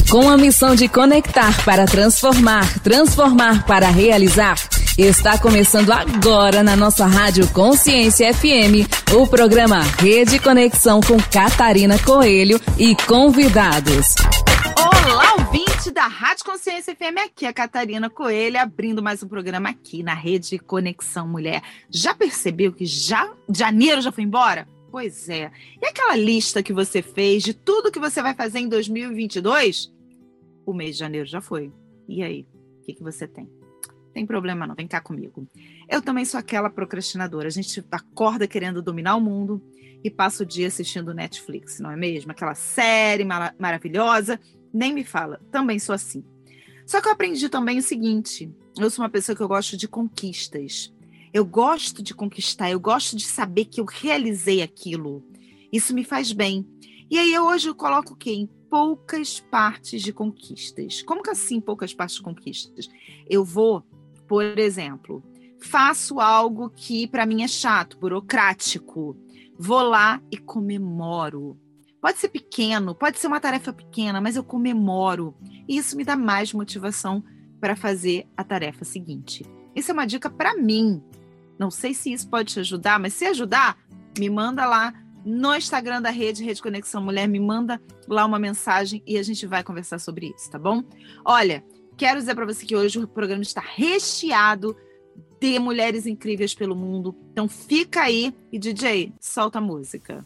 Com a missão de conectar para transformar, transformar para realizar, está começando agora na nossa Rádio Consciência FM, o programa Rede Conexão com Catarina Coelho e convidados. Olá, ouvinte da Rádio Consciência FM, aqui é a Catarina Coelho, abrindo mais um programa aqui na Rede Conexão Mulher. Já percebeu que janeiro já foi embora? Pois é. E aquela lista que você fez de tudo que você vai fazer em 2022? O mês de janeiro já foi. E aí? O que você tem? Tem problema não, vem cá comigo. Eu também sou aquela procrastinadora. A gente acorda querendo dominar o mundo e passa o dia assistindo Netflix, não é mesmo? Aquela série maravilhosa. Nem me fala, também sou assim. Só que eu aprendi também o seguinte: eu sou uma pessoa que eu gosto de conquistas. Eu gosto de conquistar, eu gosto de saber que eu realizei aquilo. Isso me faz bem. E aí hoje eu coloco o quê? Em poucas partes de conquistas. Como que assim poucas partes de conquistas? Eu vou, por exemplo, faço algo que para mim é chato, burocrático. Vou lá e comemoro. Pode ser pequeno, pode ser uma tarefa pequena, mas eu comemoro. E isso me dá mais motivação para fazer a tarefa seguinte. Isso é uma dica para mim. Não sei se isso pode te ajudar, mas se ajudar, me manda lá no Instagram da Rede Conexão Mulher, me manda lá uma mensagem e a gente vai conversar sobre isso, tá bom? Olha, quero dizer para você que hoje o programa está recheado de mulheres incríveis pelo mundo. Então fica aí e DJ, solta a música.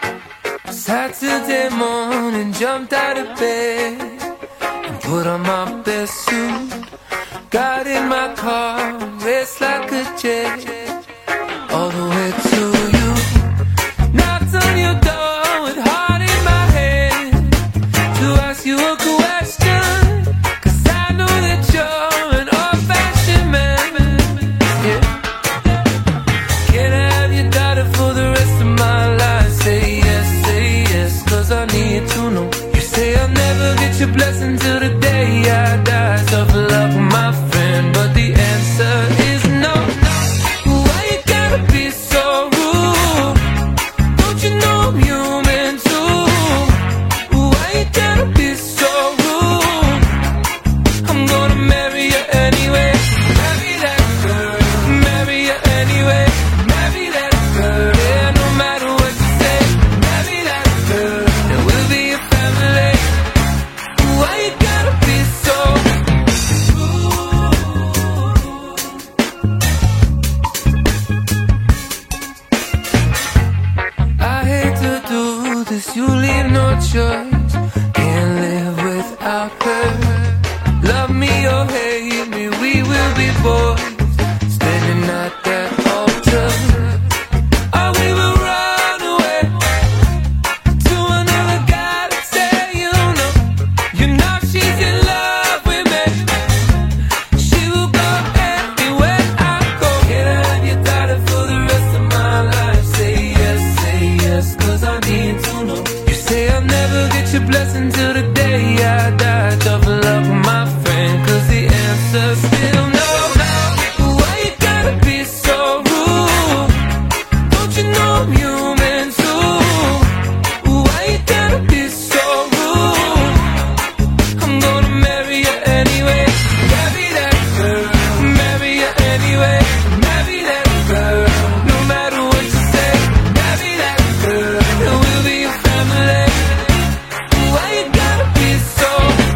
Saturday morning, jumped out of bed and put on my best suit. Got in my car, raced like a jet, all the way to you. Knocked on your door with heart in my head to ask you a question, 'cause I know that you're an old-fashioned man. Yeah. Can I have your daughter for the rest of my life? Say yes, 'cause I need to know. You say I'll never get your blessing till the day I die. Tough luck, my friend, but the answer is no. Why you gotta be so rude? Don't you know I'm human too? Why you gotta be so rude? I'm gonna marry you anyway. Marry that girl. Marry you anyway. Marry that girl. Yeah, no matter what you say. Marry that girl. And we'll be a family. Why you gotta be so you leave no choice, can't live without her. Love me or hate me, we will be boys, standing at that altar. Or we will run away to another guy to say you know she's in love with me. She will go anywhere I go. Can I have your daughter for the rest of my life? Say yes, 'cause I need to know. I'll never get your blessing till the day I die. Tough luck, my friend, 'cause the answer's still no. Why you gotta be so rude? Don't you know I'm human too? Why you gotta be so rude? I'm gonna marry you anyway. Marry that girl. Marry you anyway. Marry that girl. No matter what you say. Marry that girl. And we'll be a family. Why you gotta be so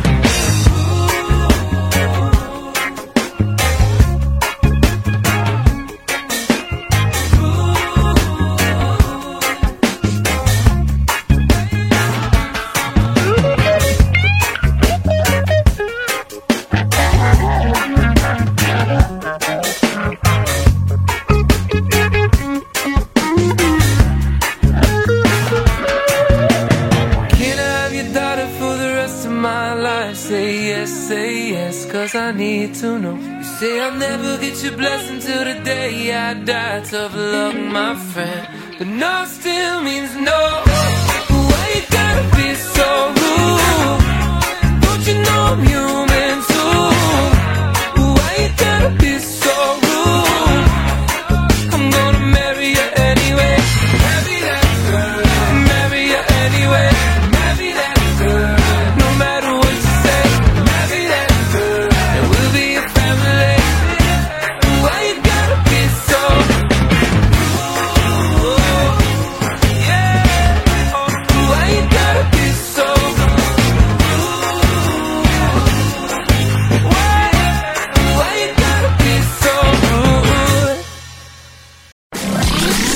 I need to know. You say I'll never get your blessing till the day I die. Tough luck, my friend, but no still means no. Why you gotta be so rude? Don't you know I'm human too? Why you gotta be so rude? I'm gonna marry you anyway. Marry that girl. Marry you anyway. Marry that girl. No matter what you say.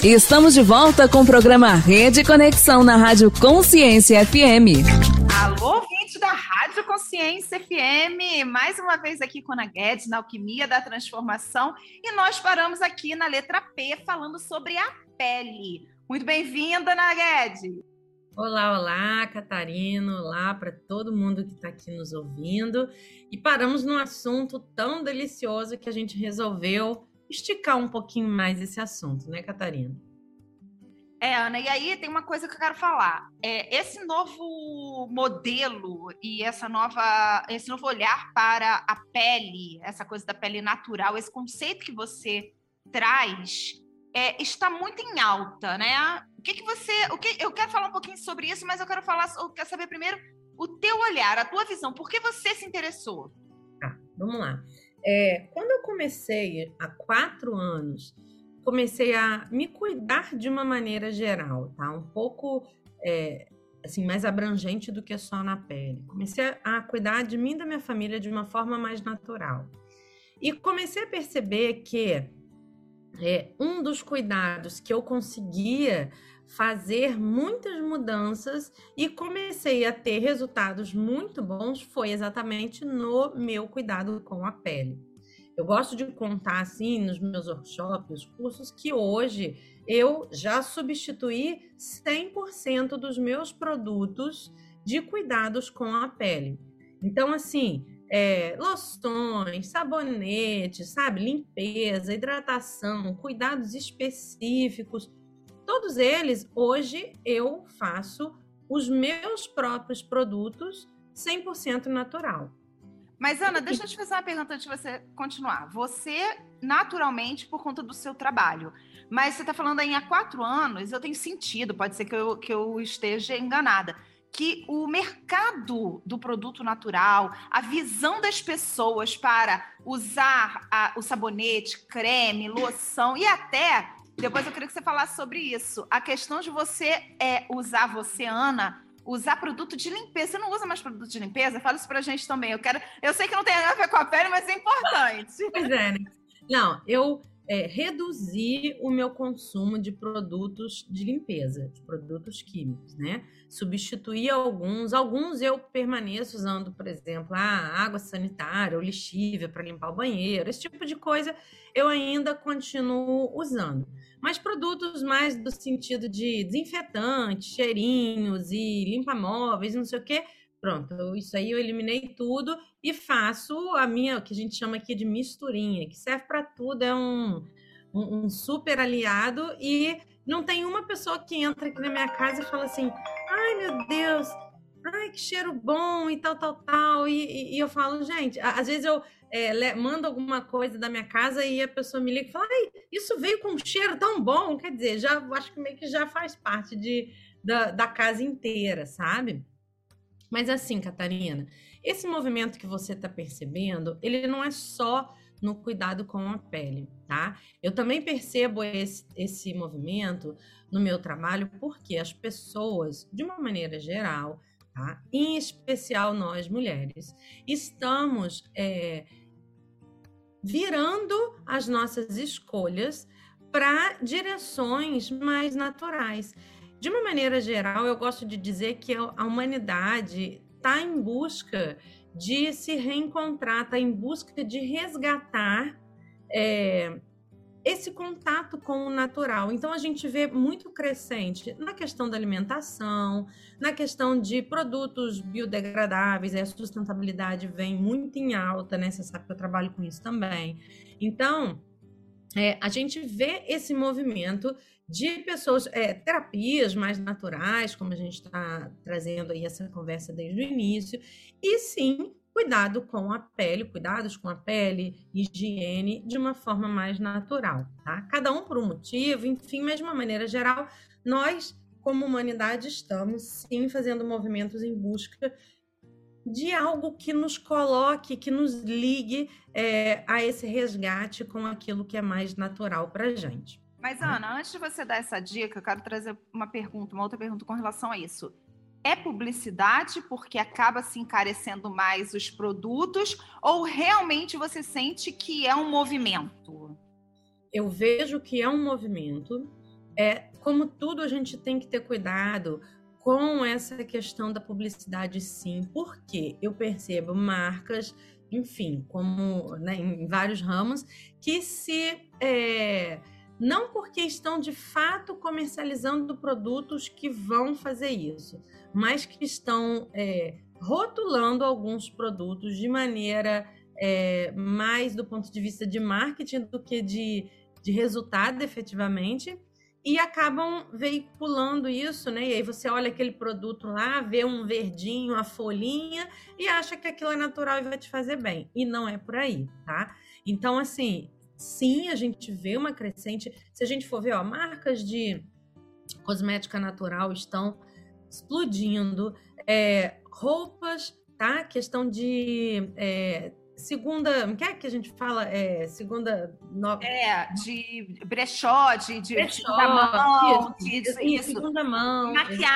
Estamos de volta com o programa Rede Conexão na Rádio Consciência FM. Alô, ouvinte da Rádio Consciência FM, mais uma vez aqui com a Ana Guedes, na Alquimia da Transformação, e nós paramos aqui na letra P, falando sobre a pele. Muito bem-vinda, Ana Guedes. Olá, olá, Catarina, olá para todo mundo que está aqui nos ouvindo. E paramos num assunto tão delicioso que a gente resolveu esticar um pouquinho mais esse assunto, né, Catarina? Ana, e aí tem uma coisa que eu quero falar. Esse novo modelo e esse novo olhar para a pele, essa coisa da pele natural, esse conceito que você traz, está muito em alta, né? Eu quero falar um pouquinho sobre isso, mas eu quero saber primeiro o teu olhar, a tua visão. Por que você se interessou? Vamos lá. Quando eu comecei, há 4 anos, comecei a me cuidar de uma maneira geral, tá? Um pouco assim, mais abrangente do que só na pele. Comecei a cuidar de mim e da minha família de uma forma mais natural. E comecei a perceber que um dos cuidados que eu conseguia fazer muitas mudanças e comecei a ter resultados muito bons foi exatamente no meu cuidado com a pele. Eu gosto de contar assim nos meus workshops, cursos, que hoje eu já substituí 100% dos meus produtos de cuidados com a pele. Então, assim, loções, sabonetes, sabe, limpeza, hidratação, cuidados específicos, todos eles, hoje, eu faço os meus próprios produtos 100% natural. Mas, Ana, deixa eu te fazer uma pergunta antes de você continuar. Você, naturalmente, por conta do seu trabalho, mas você está falando aí há 4 anos, eu tenho sentido, pode ser que eu esteja enganada, que o mercado do produto natural, a visão das pessoas para usar o sabonete, creme, loção e até... Depois eu queria que você falasse sobre isso. A questão de você Ana, usar produto de limpeza. Você não usa mais produto de limpeza? Fala isso pra gente também. Eu sei que não tem nada a ver com a pele, mas é importante. Pois é, né? Não, eu reduzi o meu consumo de produtos de limpeza, de produtos químicos, né? Substituí alguns eu permaneço usando, por exemplo, água sanitária ou lixívia para limpar o banheiro, esse tipo de coisa eu ainda continuo usando. Mas produtos mais do sentido de desinfetante, cheirinhos e limpa-móveis, não sei o quê, pronto, isso aí eu eliminei tudo e faço a minha, o que a gente chama aqui de misturinha, que serve para tudo, é um super aliado e não tem uma pessoa que entra aqui na minha casa e fala assim, ai meu Deus, ai que cheiro bom e tal, e eu falo, gente, às vezes eu mando alguma coisa da minha casa e a pessoa me liga e fala, ai, isso veio com um cheiro tão bom, quer dizer, já acho que meio que já faz parte da casa inteira, sabe? Mas assim, Catarina, esse movimento que você está percebendo, ele não é só no cuidado com a pele, tá? Eu também percebo esse movimento no meu trabalho porque as pessoas, de uma maneira geral, tá? Em especial nós mulheres, estamos virando as nossas escolhas para direções mais naturais. De uma maneira geral, eu gosto de dizer que a humanidade está em busca de se reencontrar, está em busca de resgatar esse contato com o natural. Então, a gente vê muito crescente na questão da alimentação, na questão de produtos biodegradáveis, a sustentabilidade vem muito em alta, né? Você sabe que eu trabalho com isso também. Então, a gente vê esse movimento de pessoas, terapias mais naturais, como a gente está trazendo aí essa conversa desde o início, e sim, cuidados com a pele, higiene, de uma forma mais natural, tá? Cada um por um motivo, enfim, mas de uma maneira geral, nós, como humanidade, estamos sim fazendo movimentos em busca de algo que nos coloque, que nos ligue a esse resgate com aquilo que é mais natural para a gente. Mas, Ana, antes de você dar essa dica, eu quero trazer uma outra pergunta com relação a isso. É publicidade porque acaba se encarecendo mais os produtos ou realmente você sente que é um movimento? Eu vejo que é um movimento, como tudo, a gente tem que ter cuidado com essa questão da publicidade, sim, porque eu percebo marcas, enfim, como, né, em vários ramos, que não porque estão de fato comercializando produtos que vão fazer isso, mas que estão rotulando alguns produtos de maneira mais do ponto de vista de marketing do que de resultado, efetivamente, e acabam veiculando isso, né? E aí você olha aquele produto lá, vê um verdinho, a folhinha, e acha que aquilo é natural e vai te fazer bem. E não é por aí, tá? Então, assim, sim, a gente vê uma crescente. Se a gente for ver, marcas de cosmética natural estão explodindo. Roupas, tá? Questão de... segunda, o que é que a gente fala? Segunda... de brechó, de segunda mão, isso. Segunda mão.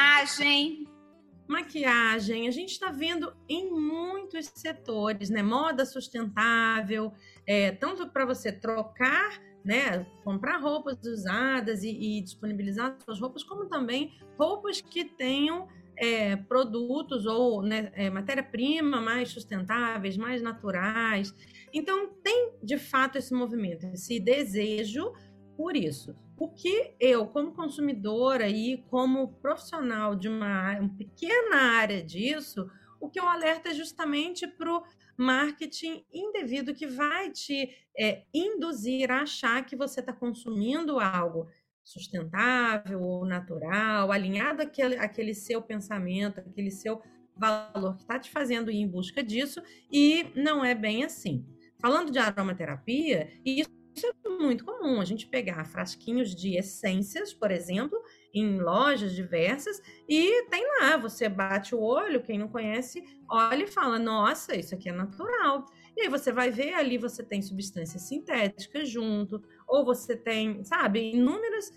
Maquiagem, a gente está vendo em muitos setores, né? Moda sustentável, tanto para você trocar, né? Comprar roupas usadas e disponibilizar suas roupas, como também roupas que tenham produtos ou, né, matéria-prima mais sustentáveis, mais naturais. Então, tem, de fato, esse movimento, esse desejo por isso. O que eu, como consumidora e como profissional de uma pequena área disso, o que eu alerto é justamente para o marketing indevido que vai te induzir a achar que você está consumindo algo sustentável ou natural, alinhado àquele seu pensamento, aquele seu valor que está te fazendo ir em busca disso, e não é bem assim. Falando de aromaterapia, isso é muito comum, a gente pegar frasquinhos de essências, por exemplo, em lojas diversas, e tem lá, você bate o olho, quem não conhece, olha e fala, nossa, isso aqui é natural. E aí você vai ver, ali você tem substâncias sintéticas junto, ou você tem, sabe, inúmeras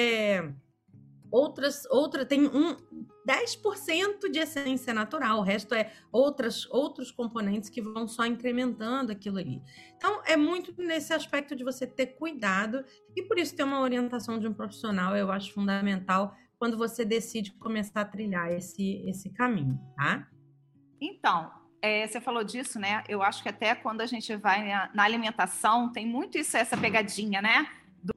tem 10% de essência natural, o resto é outros componentes que vão só incrementando aquilo ali. Então, é muito nesse aspecto de você ter cuidado, e por isso ter uma orientação de um profissional, eu acho fundamental quando você decide começar a trilhar esse caminho, tá? Então, você falou disso, né? Eu acho que até quando a gente vai na alimentação, tem muito isso, essa pegadinha, né?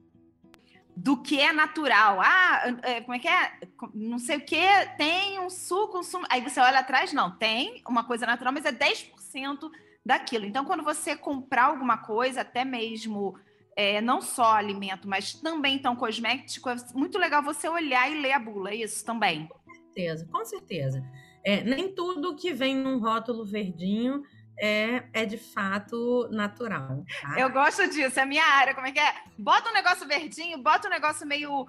Do que é natural. Como é que é? Não sei o que, tem um suco, aí você olha atrás, não, tem uma coisa natural, mas é 10% daquilo. Então, quando você comprar alguma coisa, até mesmo, não só alimento, mas também então cosmético, é muito legal você olhar e ler a bula, é isso também? Com certeza. Nem tudo que vem num rótulo verdinho é de fato natural. Tá? Eu gosto disso, é a minha área. Como é que é? Bota um negócio verdinho, bota um negócio meio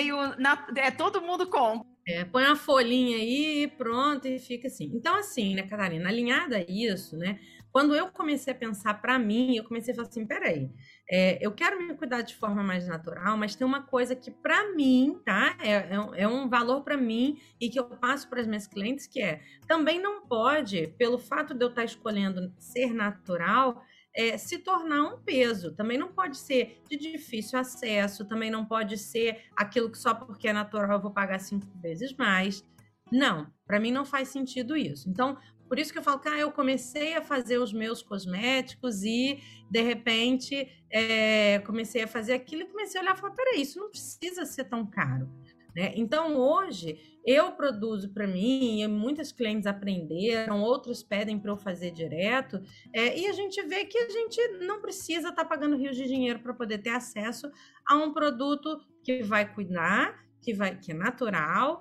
todo mundo compra. Põe uma folhinha aí e pronto, e fica assim. Então, assim, né, Catarina, alinhada a isso, né? Quando eu comecei a pensar para mim, eu comecei a falar assim, peraí, eu quero me cuidar de forma mais natural, mas tem uma coisa que para mim, tá? É um valor para mim e que eu passo para as minhas clientes, que também não pode, pelo fato de eu estar escolhendo ser natural, se tornar um peso. Também não pode ser de difícil acesso, também não pode ser aquilo que só porque é natural eu vou pagar 5 vezes mais. Não, para mim não faz sentido isso. Então, por isso que eu falo que eu comecei a fazer os meus cosméticos e, de repente, comecei a fazer aquilo e comecei a olhar e falar, peraí, isso não precisa ser tão caro. Né? Então, hoje, eu produzo para mim, e muitas clientes aprenderam, outros pedem para eu fazer direto, e a gente vê que a gente não precisa estar pagando rios de dinheiro para poder ter acesso a um produto que vai cuidar, que é natural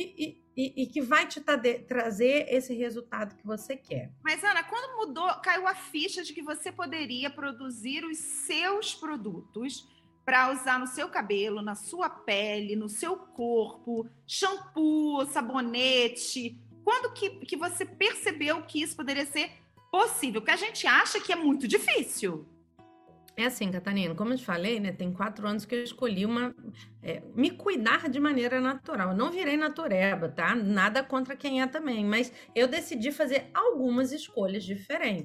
e que vai te trazer esse resultado que você quer. Mas, Ana, quando caiu a ficha de que você poderia produzir os seus produtos para usar no seu cabelo, na sua pele, no seu corpo, shampoo, sabonete, quando que você percebeu que isso poderia ser possível? Porque a gente acha que é muito difícil. É assim, Catarina, como eu te falei, né, tem 4 anos que eu escolhi me cuidar de maneira natural. Eu não virei natureba, tá? Nada contra quem é também, mas eu decidi fazer algumas escolhas diferentes.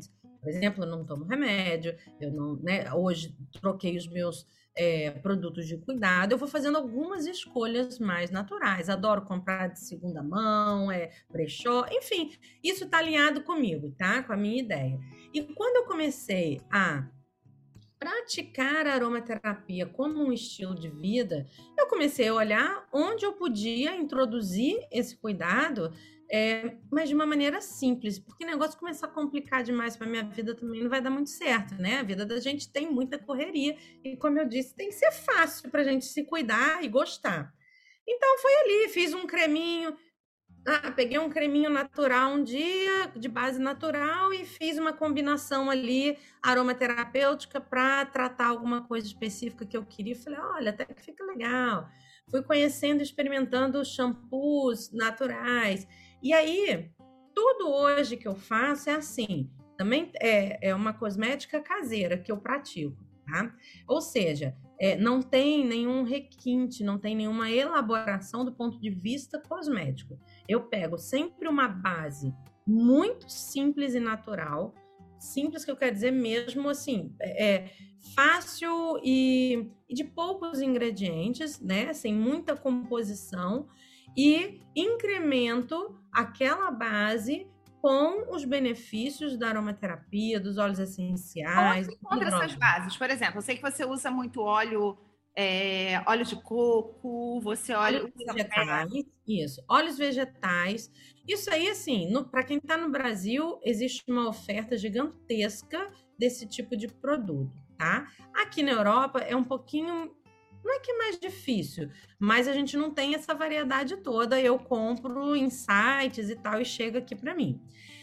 Por exemplo, eu não tomo remédio, eu não, né, hoje troquei os meus produtos de cuidado, eu vou fazendo algumas escolhas mais naturais. Adoro comprar de segunda mão, brechó, enfim, isso está alinhado comigo, tá? Com a minha ideia. E quando eu comecei a praticar a aromaterapia como um estilo de vida, eu comecei a olhar onde eu podia introduzir esse cuidado, mas de uma maneira simples, porque o negócio começar a complicar demais para minha vida também não vai dar muito certo, né? A vida da gente tem muita correria e, como eu disse, tem que ser fácil para a gente se cuidar e gostar. Então, foi ali, fiz um creminho, peguei um creminho natural um dia, de base natural, e fiz uma combinação ali aromaterapêutica para tratar alguma coisa específica que eu queria. Falei, olha, até que fica legal. Fui conhecendo, experimentando shampoos naturais. E aí, tudo hoje que eu faço é assim. Também é uma cosmética caseira que eu pratico, tá? Ou seja, não tem nenhum requinte, não tem nenhuma elaboração do ponto de vista cosmético. Eu pego sempre uma base muito simples e natural, simples que eu quero dizer mesmo assim, fácil e de poucos ingredientes, né, sem muita composição, e incremento aquela base com os benefícios da aromaterapia, dos óleos essenciais. Onde encontra essas bases? Por exemplo, eu sei que você usa muito óleo de coco, óleos vegetais, isso, óleos vegetais. Isso aí, assim, para quem está no Brasil, existe uma oferta gigantesca desse tipo de produto, tá? Aqui na Europa é um pouquinho, não é que é mais difícil, mas a gente não tem essa variedade toda. Eu compro em sites e tal e chega aqui para mim.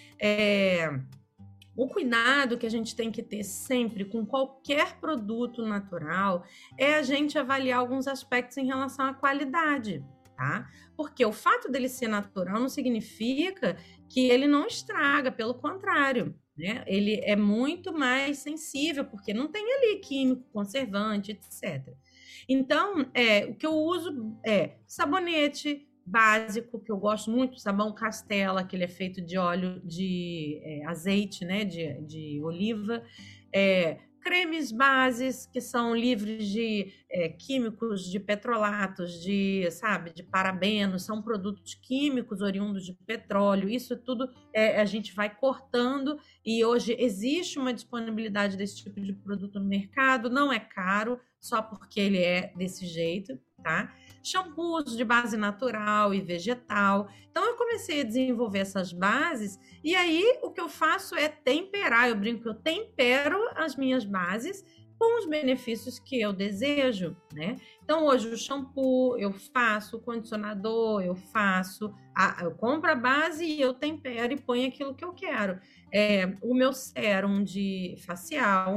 O cuidado que a gente tem que ter sempre com qualquer produto natural é a gente avaliar alguns aspectos em relação à qualidade, tá? Porque o fato dele ser natural não significa que ele não estraga, pelo contrário, né? Ele é muito mais sensível, porque não tem ali químico, conservante, etc. Então, o que eu uso é sabonete básico, que eu gosto muito, sabão Castella, que ele é feito de óleo de azeite, né, de oliva, cremes bases, que são livres de químicos, de petrolatos, de parabenos, são produtos químicos oriundos de petróleo. Isso tudo a gente vai cortando, e hoje existe uma disponibilidade desse tipo de produto no mercado, não é caro, só porque ele é desse jeito, tá? Shampoos de base natural e vegetal. Então, eu comecei a desenvolver essas bases, e aí o que eu faço é temperar. Eu brinco que eu tempero as minhas bases com os benefícios que eu desejo, né? Então, hoje o shampoo eu faço, o condicionador eu faço, eu compro a base e eu tempero e ponho aquilo que eu quero. O meu sérum de facial, um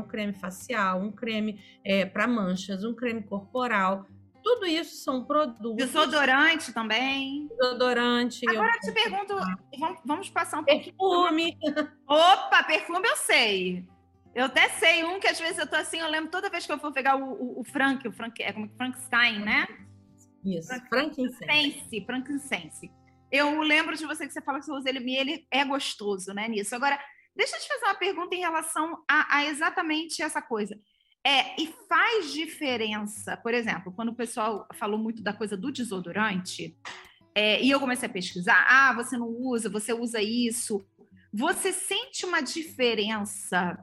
creme para manchas, um creme corporal. Tudo isso são produtos. Desodorante também. Desodorante. Agora eu te pergunto, vamos passar um pouquinho. Perfume. Opa, perfume eu sei. Eu até sei um que às vezes eu tô assim, eu lembro toda vez que eu for pegar o Frankenstein, né? Isso, Frankincense. Eu lembro de você que você fala que você usa ele e ele é gostoso, né, nisso. Agora, deixa eu te fazer uma pergunta em relação a exatamente essa coisa. E faz diferença, por exemplo, quando o pessoal falou muito da coisa do desodorante, e eu comecei a pesquisar, você não usa, você usa isso. Você sente uma diferença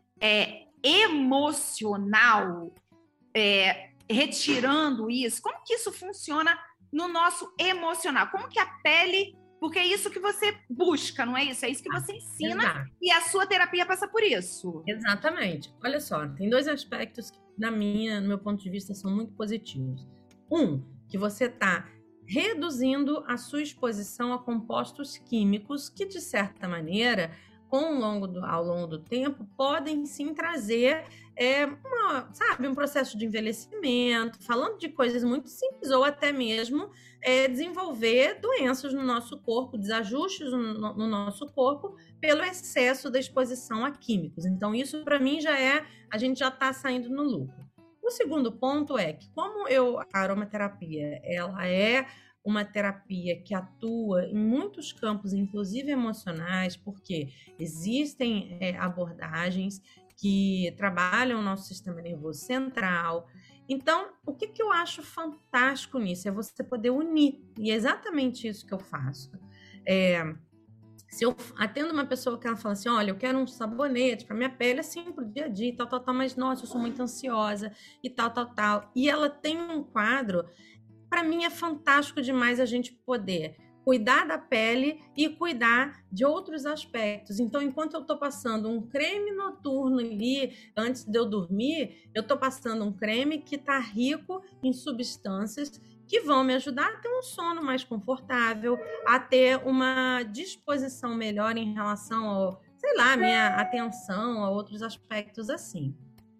emocional retirando isso? Como que isso funciona no nosso emocional? Como que a pele... Porque é isso que você busca, não é isso? É isso que você ensina. Exato. E a sua terapia passa por isso. Exatamente. Olha só, tem dois aspectos que, no meu ponto de vista, são muito positivos. Um, que você está reduzindo a sua exposição a compostos químicos que, de certa maneira, ao longo do tempo, podem sim trazer um processo de envelhecimento, falando de coisas muito simples, ou até mesmo desenvolver doenças no nosso corpo, desajustes no nosso corpo, pelo excesso da exposição a químicos. Então, isso, para mim, a gente já está saindo no lucro. O segundo ponto é que, como a aromaterapia ela é uma terapia que atua em muitos campos, inclusive emocionais, porque existem abordagens que trabalham o nosso sistema nervoso central. Então, o que eu acho fantástico nisso é você poder unir, e é exatamente isso que eu faço. Se eu atendo uma pessoa que ela fala assim, olha, eu quero um sabonete para minha pele, assim, pro dia a dia, e tal, mas, nossa, eu sou muito ansiosa, e tal, e ela tem um quadro, para mim é fantástico demais a gente poder cuidar da pele e cuidar de outros aspectos. Então, enquanto eu estou passando um creme noturno ali, antes de eu dormir, eu estou passando um creme que está rico em substâncias que vão me ajudar a ter um sono mais confortável, a ter uma disposição melhor em relação ao, sei lá, minha atenção a outros aspectos assim.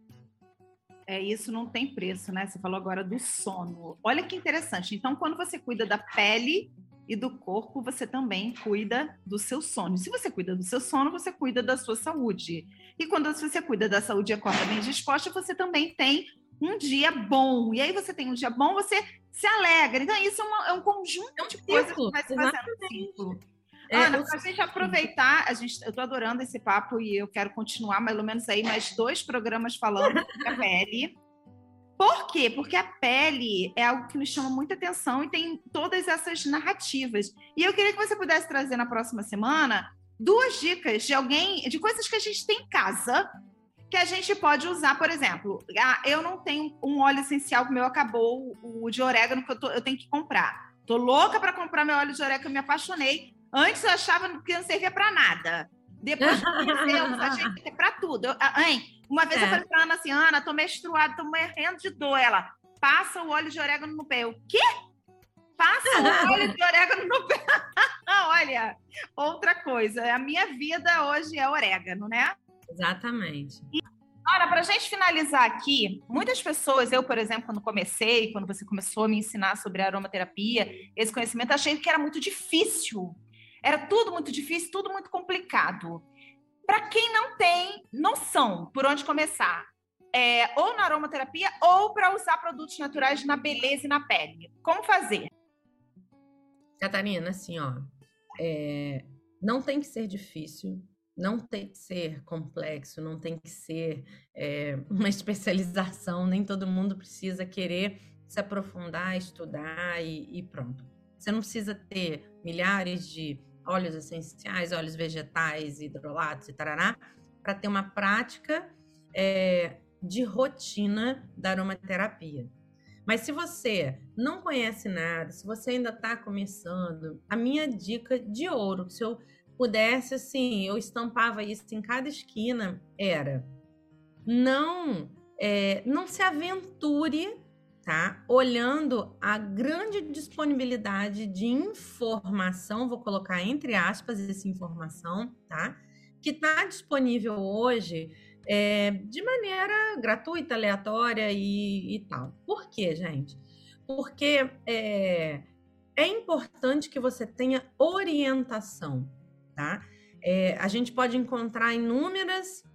Isso não tem preço, né? Você falou agora do sono. Olha que interessante. Então, quando você cuida da pele e do corpo, você também cuida do seu sono. Se você cuida do seu sono, você cuida da sua saúde. E quando você cuida da saúde e acorda bem disposta, você também tem um dia bom. E aí você tem um dia bom, você se alegra. Então, isso é um conjunto de coisas que vai se fazendo um ciclo. Ana, para a gente aproveitar, eu estou adorando esse papo e eu quero continuar pelo menos aí mais 2 programas falando sobre a pele. Por quê? Porque a pele é algo que nos chama muita atenção e tem todas essas narrativas. E eu queria que você pudesse trazer na próxima semana 2 dicas de coisas que a gente tem em casa que a gente pode usar. Por exemplo, eu não tenho um óleo essencial, que o meu acabou, o de orégano, que eu tenho que comprar. Tô louca para comprar meu óleo de orégano, que eu me apaixonei. Antes eu achava que não servia para nada. Depois que eu achei que é para tudo. Uma vez eu falei pra Ana assim, Ana, tô menstruada, tô morrendo de dor. Ela, passa o óleo de orégano no pé. O quê? Passa o óleo de orégano no pé. Olha, outra coisa. A minha vida hoje é orégano, né? Exatamente. Ana, pra gente finalizar aqui, muitas pessoas, eu, por exemplo, quando você começou a me ensinar sobre aromaterapia, esse conhecimento, achei que era muito difícil. Era tudo muito difícil, tudo muito complicado. Para quem não tem noção por onde começar, ou na aromaterapia, ou para usar produtos naturais na beleza e na pele. Como fazer? Catarina, assim, não tem que ser difícil, não tem que ser complexo, não tem que ser uma especialização, nem todo mundo precisa querer se aprofundar, estudar e pronto. Você não precisa ter milhares de óleos essenciais, óleos vegetais, hidrolatos e tarará, para ter uma prática de rotina da aromaterapia. Mas se você não conhece nada, se você ainda está começando, a minha dica de ouro, se eu pudesse, assim, eu estampava isso em cada esquina, era não se aventure, tá? Olhando a grande disponibilidade de informação, vou colocar entre aspas essa informação, tá? Que está disponível hoje de maneira gratuita, aleatória e tal. Por quê, gente? Porque é importante que você tenha orientação, tá? A gente pode encontrar inúmeras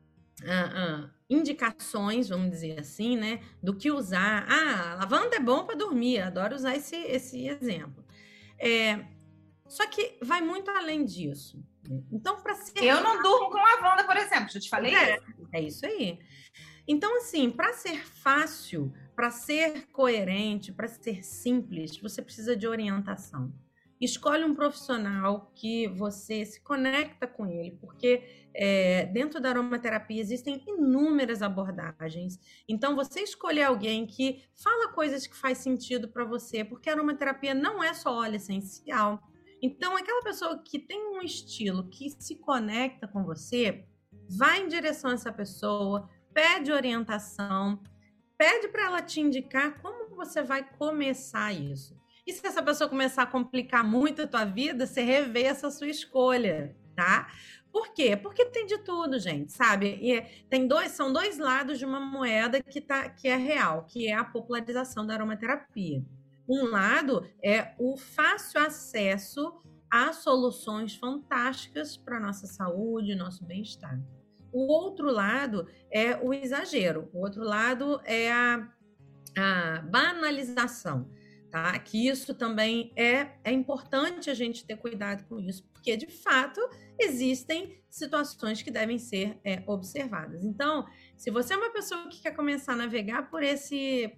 indicações, vamos dizer assim, né, do que usar. Lavanda é bom para dormir, adoro usar esse exemplo. Só que vai muito além disso. Então, para ser... Eu não durmo com lavanda, por exemplo, já te falei isso. É isso aí. Então, assim, para ser fácil, para ser coerente, para ser simples, você precisa de orientação. Escolhe um profissional que você se conecta com ele, porque dentro da aromaterapia existem inúmeras abordagens. Então, você escolher alguém que fala coisas que faz sentido para você, porque a aromaterapia não é só óleo essencial. Então, aquela pessoa que tem um estilo que se conecta com você, vai em direção a essa pessoa, pede orientação, pede para ela te indicar como você vai começar isso. E se essa pessoa começar a complicar muito a tua vida, você revê essa sua escolha, tá? Por quê? Porque tem de tudo, gente, sabe? E são 2 lados de uma moeda que é real, que é a popularização da aromaterapia. Um lado é o fácil acesso a soluções fantásticas para a nossa saúde, nosso bem-estar. O outro lado é o exagero. O outro lado é a banalização. tá? Que isso também é importante a gente ter cuidado com isso, porque, de fato, existem situações que devem ser observadas. Então, se você é uma pessoa que quer começar a navegar por esse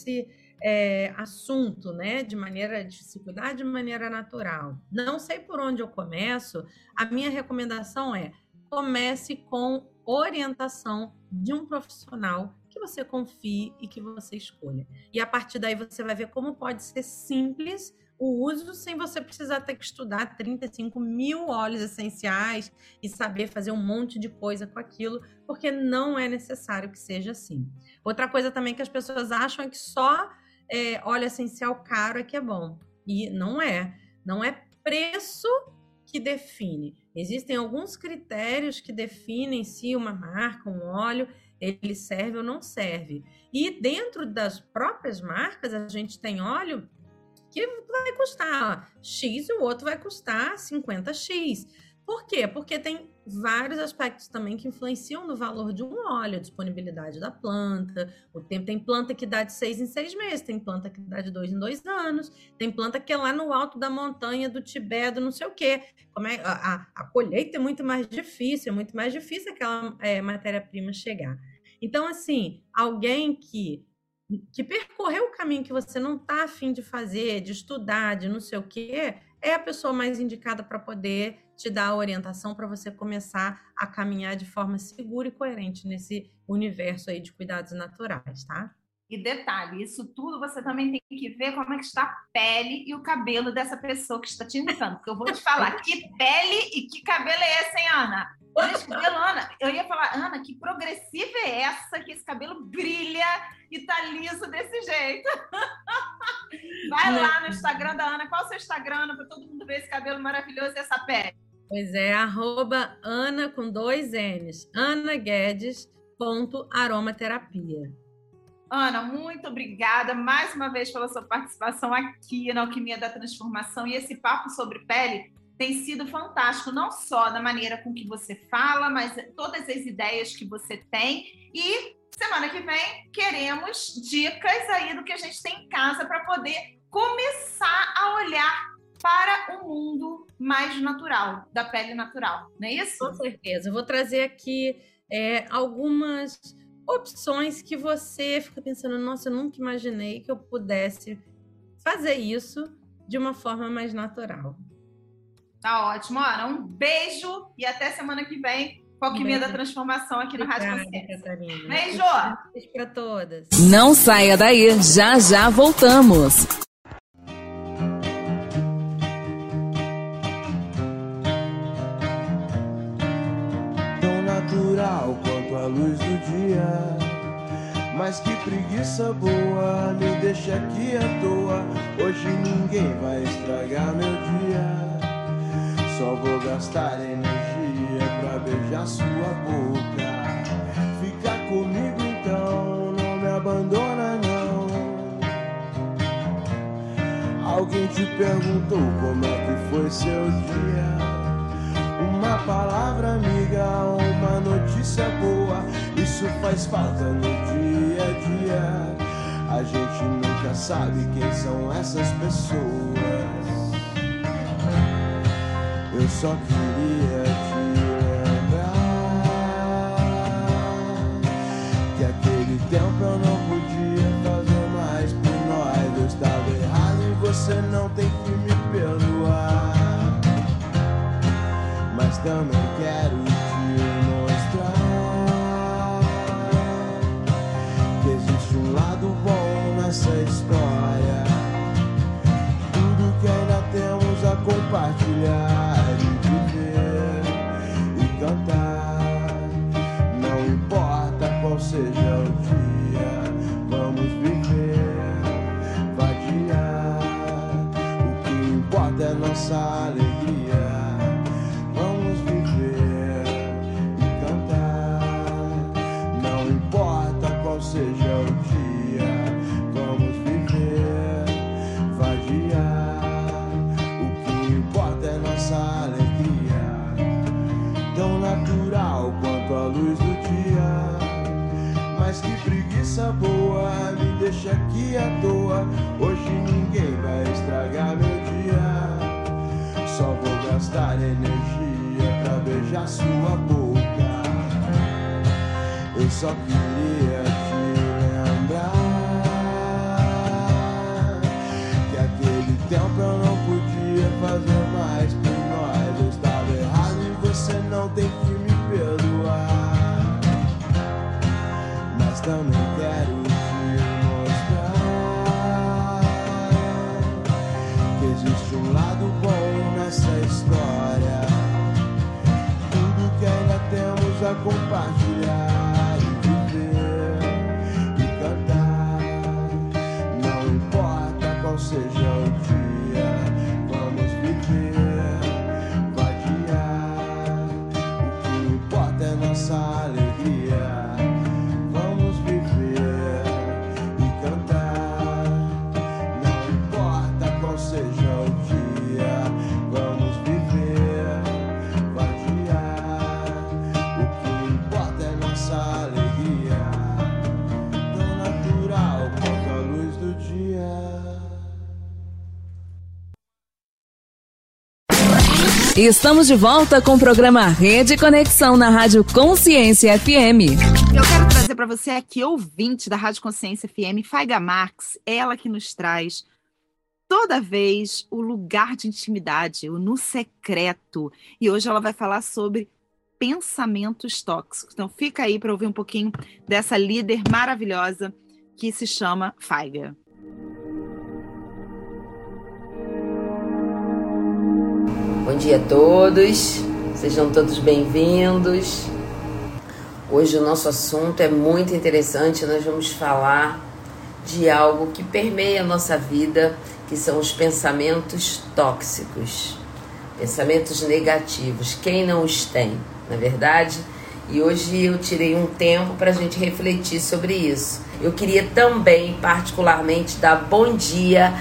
assunto, né, de se cuidar de maneira natural, não sei por onde eu começo, a minha recomendação é: comece com orientação de um profissional que você confie e que você escolha. E a partir daí você vai ver como pode ser simples o uso sem você precisar ter que estudar 35 mil óleos essenciais e saber fazer um monte de coisa com aquilo, porque não é necessário que seja assim. Outra coisa também que as pessoas acham é que só óleo essencial caro é que é bom. E não é. Não é preço que define. Existem alguns critérios que definem se uma marca, um óleo, ele serve ou não serve. E dentro das próprias marcas, a gente tem óleo que vai custar X e o outro vai custar 50X. Por quê? Porque tem vários aspectos também que influenciam no valor de um óleo, a disponibilidade da planta, o tempo. Tem planta que dá de 6 em 6 meses, tem planta que dá de 2 em 2 anos, tem planta que é lá no alto da montanha, do Tibete, do não sei o quê. A colheita é muito mais difícil aquela matéria-prima chegar. Então, assim, alguém que percorreu o caminho que você não está a fim de fazer, de estudar, de não sei o quê, é a pessoa mais indicada para poder te dar a orientação para você começar a caminhar de forma segura e coerente nesse universo aí de cuidados naturais, tá? E detalhe, isso tudo você também tem que ver como é que está a pele e o cabelo dessa pessoa que está te indicando. Porque eu vou te falar, que pele e que cabelo é esse, hein, Ana? Gente, cabelo, Ana, eu ia falar, Ana, que progressiva é essa que esse cabelo brilha e tá liso desse jeito? Vai lá no Instagram da Ana. Qual é o seu Instagram, Ana, para todo mundo ver esse cabelo maravilhoso e essa pele? Pois é, @Ana com 2 N's, anaguedes.aromaterapia. Ana, muito obrigada mais uma vez pela sua participação aqui na Alquimia da Transformação. E esse papo sobre pele tem sido fantástico, não só da maneira com que você fala, mas todas as ideias que você tem. E semana que vem queremos dicas aí do que a gente tem em casa para poder começar a olhar para o mundo mais natural, da pele natural, não é isso? Com certeza. Eu vou trazer aqui algumas opções que você fica pensando, nossa, eu nunca imaginei que eu pudesse fazer isso de uma forma mais natural. Tá ótimo, Ana. Um beijo e até semana que vem com a Alquimia da Transformação aqui no Rádio Consciência. Catarina. Beijo! Beijo para todas. Não saia daí, já voltamos. Tão natural quanto a luz do dia, mas que preguiça boa, me deixa aqui à toa. Hoje ninguém vai estragar meu dia. Só vou gastar energia pra beijar sua boca. Fica comigo então, não me abandona não. Alguém te perguntou como é que foi seu dia? Uma palavra amiga, uma notícia boa, isso faz falta no dia a dia. A gente nunca sabe quem são essas pessoas. Eu só queria te lembrar que aquele tempo eu não podia fazer mais por nós. Eu estava errado e você não tem que me perdoar, mas também quero te mostrar que existe um lado bom nessa história. Tudo que ainda temos a compartilhar, não importa qual seja o dia, vamos viver, vadiar. O que importa é nossa alegria. Vamos viver e cantar. Não importa qual seja o dia, vamos viver, vadiar. O que importa é nossa alegria. Tão natural quanto a luz do dia, mas que preguiça preguiça boa me deixa aqui à toa. Hoje ninguém vai estragar meu dia. Só vou gastar energia pra beijar sua boca. Eu só queria te lembrar que aquele tempo eu não podia fazer mais por nós. Eu estava errado e você não tem que me perdoar. Mas também quero te mostrar que existe um lado bom nessa história. Tudo que ainda temos a compartilhar. Seja o dia, vamos viver, vadiar. O que importa é nossa alegria. Vamos viver e cantar. Não importa qual seja o dia, vamos viver, vadiar. O que importa é nossa alegria. Tão natural quanto a luz do dia. Estamos de volta com o programa Rede Conexão na Rádio Consciência FM. Eu quero trazer para você aqui, ouvinte da Rádio Consciência FM, Faiga Marx, ela que nos traz toda vez o lugar de intimidade, o no secreto. E hoje ela vai falar sobre pensamentos tóxicos. Então fica aí para ouvir um pouquinho dessa líder maravilhosa que se chama Faiga. Bom dia a todos, sejam todos bem-vindos. Hoje o nosso assunto é muito interessante, nós vamos falar de algo que permeia a nossa vida, que são os pensamentos tóxicos, pensamentos negativos. Quem não os tem, na verdade? E hoje eu tirei um tempo para a gente refletir sobre isso. Eu queria também, particularmente, dar bom dia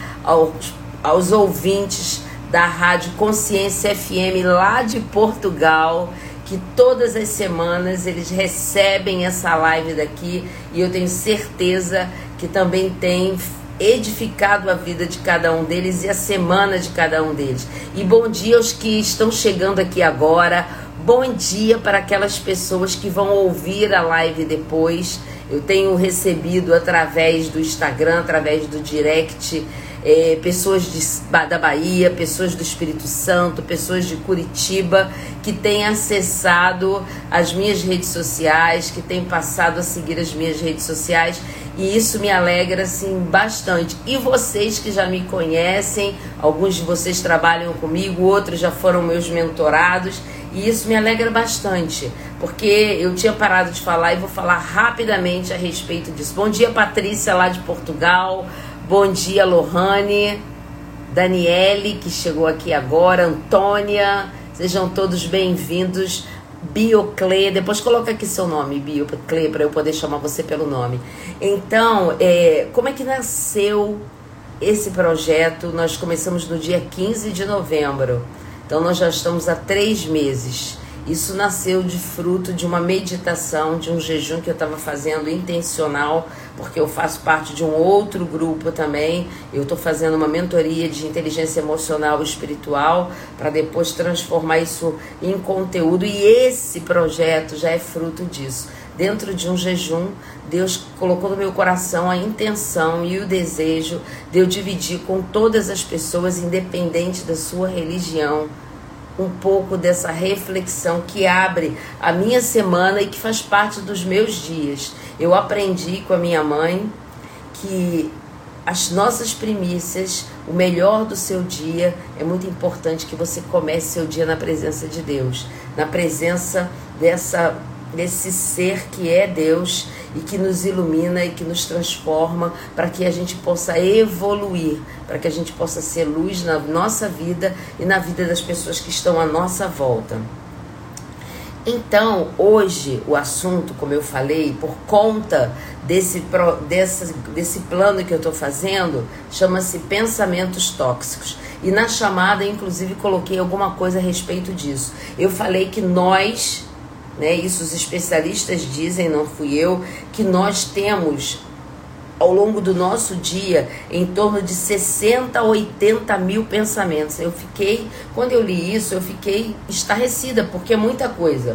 aos ouvintes da Rádio Consciência FM lá de Portugal, que todas as semanas eles recebem essa live daqui e eu tenho certeza que também tem edificado a vida de cada um deles e a semana de cada um deles. E bom dia aos que estão chegando aqui agora, bom dia para aquelas pessoas que vão ouvir a live depois. Eu tenho recebido através do Instagram, através do direct, pessoas da Bahia, pessoas do Espírito Santo, pessoas de Curitiba que têm acessado as minhas redes sociais, que têm passado a seguir as minhas redes sociais, e isso me alegra assim bastante. E vocês que já me conhecem, alguns de vocês trabalham comigo, outros já foram meus mentorados, e isso me alegra bastante, porque eu tinha parado de falar e vou falar rapidamente a respeito disso. Bom dia, Patrícia, lá de Portugal. Bom dia, Lohane, Daniele, que chegou aqui agora, Antônia, sejam todos bem-vindos. Biocle, depois coloca aqui seu nome, Biocle, para eu poder chamar você pelo nome. Então, como é que nasceu esse projeto? Nós começamos no dia 15 de novembro, então nós já estamos há 3 meses. Isso nasceu de fruto de uma meditação, de um jejum que eu estava fazendo intencional, porque eu faço parte de um outro grupo também. Eu estou fazendo uma mentoria de inteligência emocional e espiritual para depois transformar isso em conteúdo. E esse projeto já é fruto disso. Dentro de um jejum, Deus colocou no meu coração a intenção e o desejo de eu dividir com todas as pessoas, independente da sua religião, um pouco dessa reflexão que abre a minha semana e que faz parte dos meus dias. Eu aprendi com a minha mãe que as nossas primícias, o melhor do seu dia, é muito importante que você comece seu dia na presença de Deus, na presença desse ser que é Deus e que nos ilumina e que nos transforma para que a gente possa evoluir, para que a gente possa ser luz na nossa vida e na vida das pessoas que estão à nossa volta. Então, hoje, o assunto, como eu falei, por conta desse plano que eu estou fazendo, chama-se Pensamentos Tóxicos. E na chamada, inclusive, coloquei alguma coisa a respeito disso. Eu falei que nós né? Isso os especialistas dizem, não fui eu, que nós temos ao longo do nosso dia em torno de 60 a 80 mil pensamentos. Quando eu li isso, eu fiquei estarrecida, porque é muita coisa.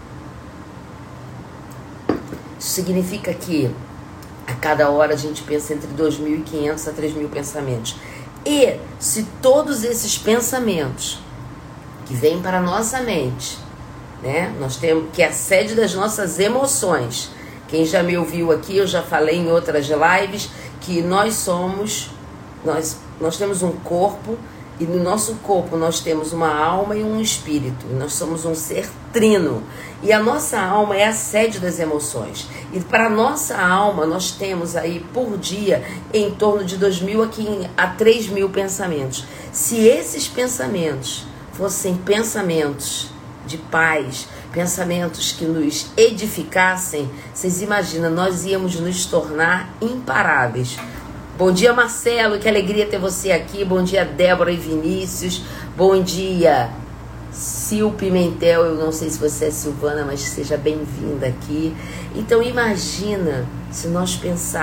Isso significa que a cada hora a gente pensa entre 2.500 a 3.000 pensamentos. E se todos esses pensamentos que vêm para a nossa mente, né, nós temos que é a sede das nossas emoções. Quem já me ouviu aqui, eu já falei em outras lives que nós temos um corpo, e no nosso corpo nós temos uma alma e um espírito. Nós somos um ser trino. E a nossa alma é a sede das emoções. E para a nossa alma nós temos aí por dia em torno de 2.000 a 3.000 pensamentos. Se esses pensamentos fossem pensamentos de paz, pensamentos que nos edificassem, vocês imaginam, nós íamos nos tornar imparáveis. Bom dia, Marcelo, que alegria ter você aqui. Bom dia, Débora e Vinícius. Bom dia, Sil Pimentel. Eu não sei se você é Silvana, mas seja bem-vinda aqui. Então imagina se nós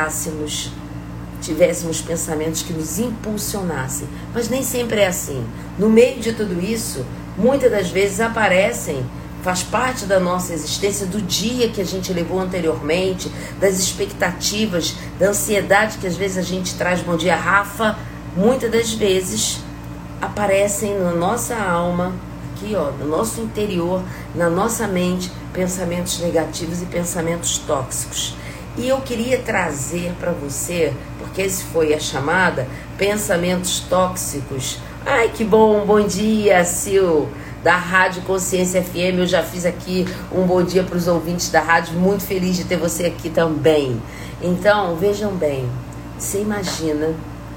tivéssemos pensamentos que nos impulsionassem. Mas nem sempre é assim. No meio de tudo isso, muitas das vezes aparecem, faz parte da nossa existência, do dia que a gente levou anteriormente, das expectativas, da ansiedade que às vezes a gente traz. Bom dia, Rafa. Muitas das vezes aparecem na nossa alma, aqui ó, no nosso interior, na nossa mente, pensamentos negativos e pensamentos tóxicos. E eu queria trazer para você, porque esse foi a chamada, pensamentos tóxicos. Ai, que bom, bom dia, Sil, da Rádio Consciência FM. Eu já fiz aqui um bom dia para os ouvintes da rádio, muito feliz de ter você aqui também. Então, vejam bem, você imagina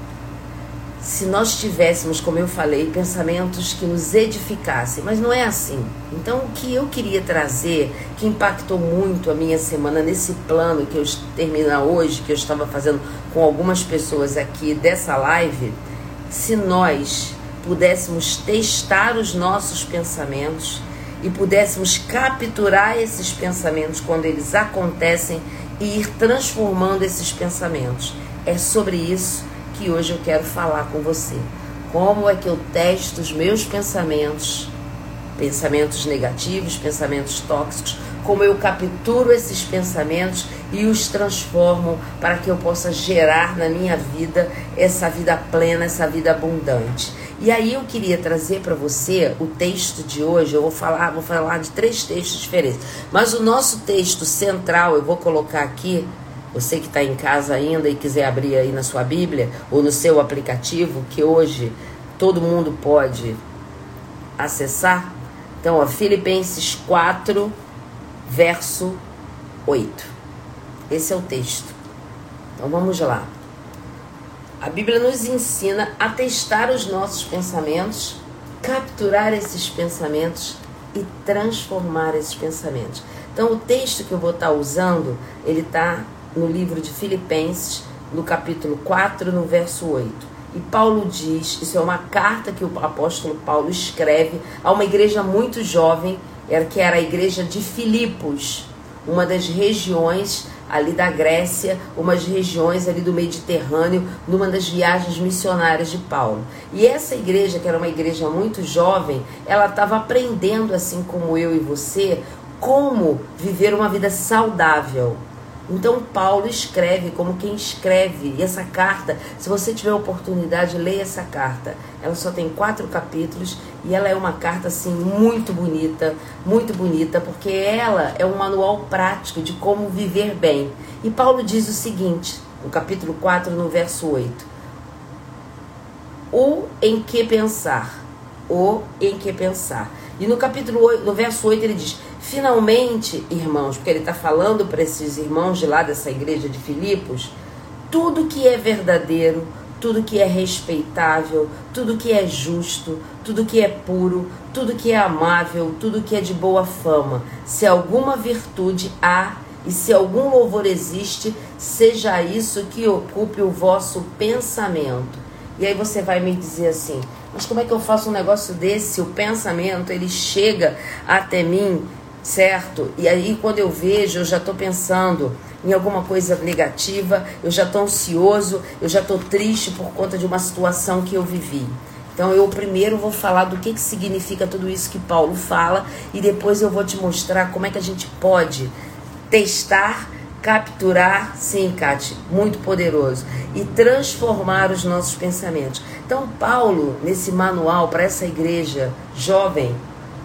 se nós tivéssemos, como eu falei, pensamentos que nos edificassem, mas não é assim. Então, o que eu queria trazer, que impactou muito a minha semana nesse plano que eu termino hoje, que eu estava fazendo com algumas pessoas aqui dessa live, se nós pudéssemos testar os nossos pensamentos e pudéssemos capturar esses pensamentos quando eles acontecem e ir transformando esses pensamentos. É sobre isso que hoje eu quero falar com você. Como é que eu testo os meus pensamentos, pensamentos negativos, pensamentos tóxicos, como eu capturo esses pensamentos e os transformo para que eu possa gerar na minha vida essa vida plena, essa vida abundante. E aí eu queria trazer para você o texto de hoje. Eu vou falar de 3 textos diferentes, mas o nosso texto central eu vou colocar aqui. Você que está em casa ainda e quiser abrir aí na sua Bíblia ou no seu aplicativo, que hoje todo mundo pode acessar. Então, ó, Filipenses 4, verso 8. Esse é o texto. Então, vamos lá. A Bíblia nos ensina a testar os nossos pensamentos, capturar esses pensamentos e transformar esses pensamentos. Então, o texto que eu vou estar usando, ele está no livro de Filipenses, no capítulo 4, no verso 8. E Paulo diz, isso é uma carta que o apóstolo Paulo escreve a uma igreja muito jovem, que era a igreja de Filipos, uma das regiões ali da Grécia, umas regiões ali do Mediterrâneo, numa das viagens missionárias de Paulo. E essa igreja, que era uma igreja muito jovem, ela estava aprendendo, assim como eu e você, como viver uma vida saudável. Então Paulo escreve como quem escreve. E essa carta, se você tiver a oportunidade, leia essa carta. Ela só tem 4 capítulos e ela é uma carta assim muito bonita, porque ela é um manual prático de como viver bem. E Paulo diz o seguinte, no capítulo 4, no verso 8. O em que pensar. E no capítulo 8, no verso 8 ele diz: finalmente, irmãos, porque ele está falando para esses irmãos de lá dessa igreja de Filipos, tudo que é verdadeiro, tudo que é respeitável, tudo que é justo, tudo que é puro, tudo que é amável, tudo que é de boa fama, se alguma virtude há e se algum louvor existe, seja isso que ocupe o vosso pensamento. E aí você vai me dizer assim, mas como é que eu faço um negócio desse? O pensamento, ele chega até mim certo? E aí quando eu vejo, eu já estou pensando em alguma coisa negativa, eu já estou ansioso, eu já estou triste por conta de uma situação que eu vivi. Então eu primeiro vou falar do que significa tudo isso que Paulo fala e depois eu vou te mostrar como é que a gente pode testar, capturar, sim, Kate, muito poderoso, e transformar os nossos pensamentos. Então Paulo, nesse manual para essa igreja jovem,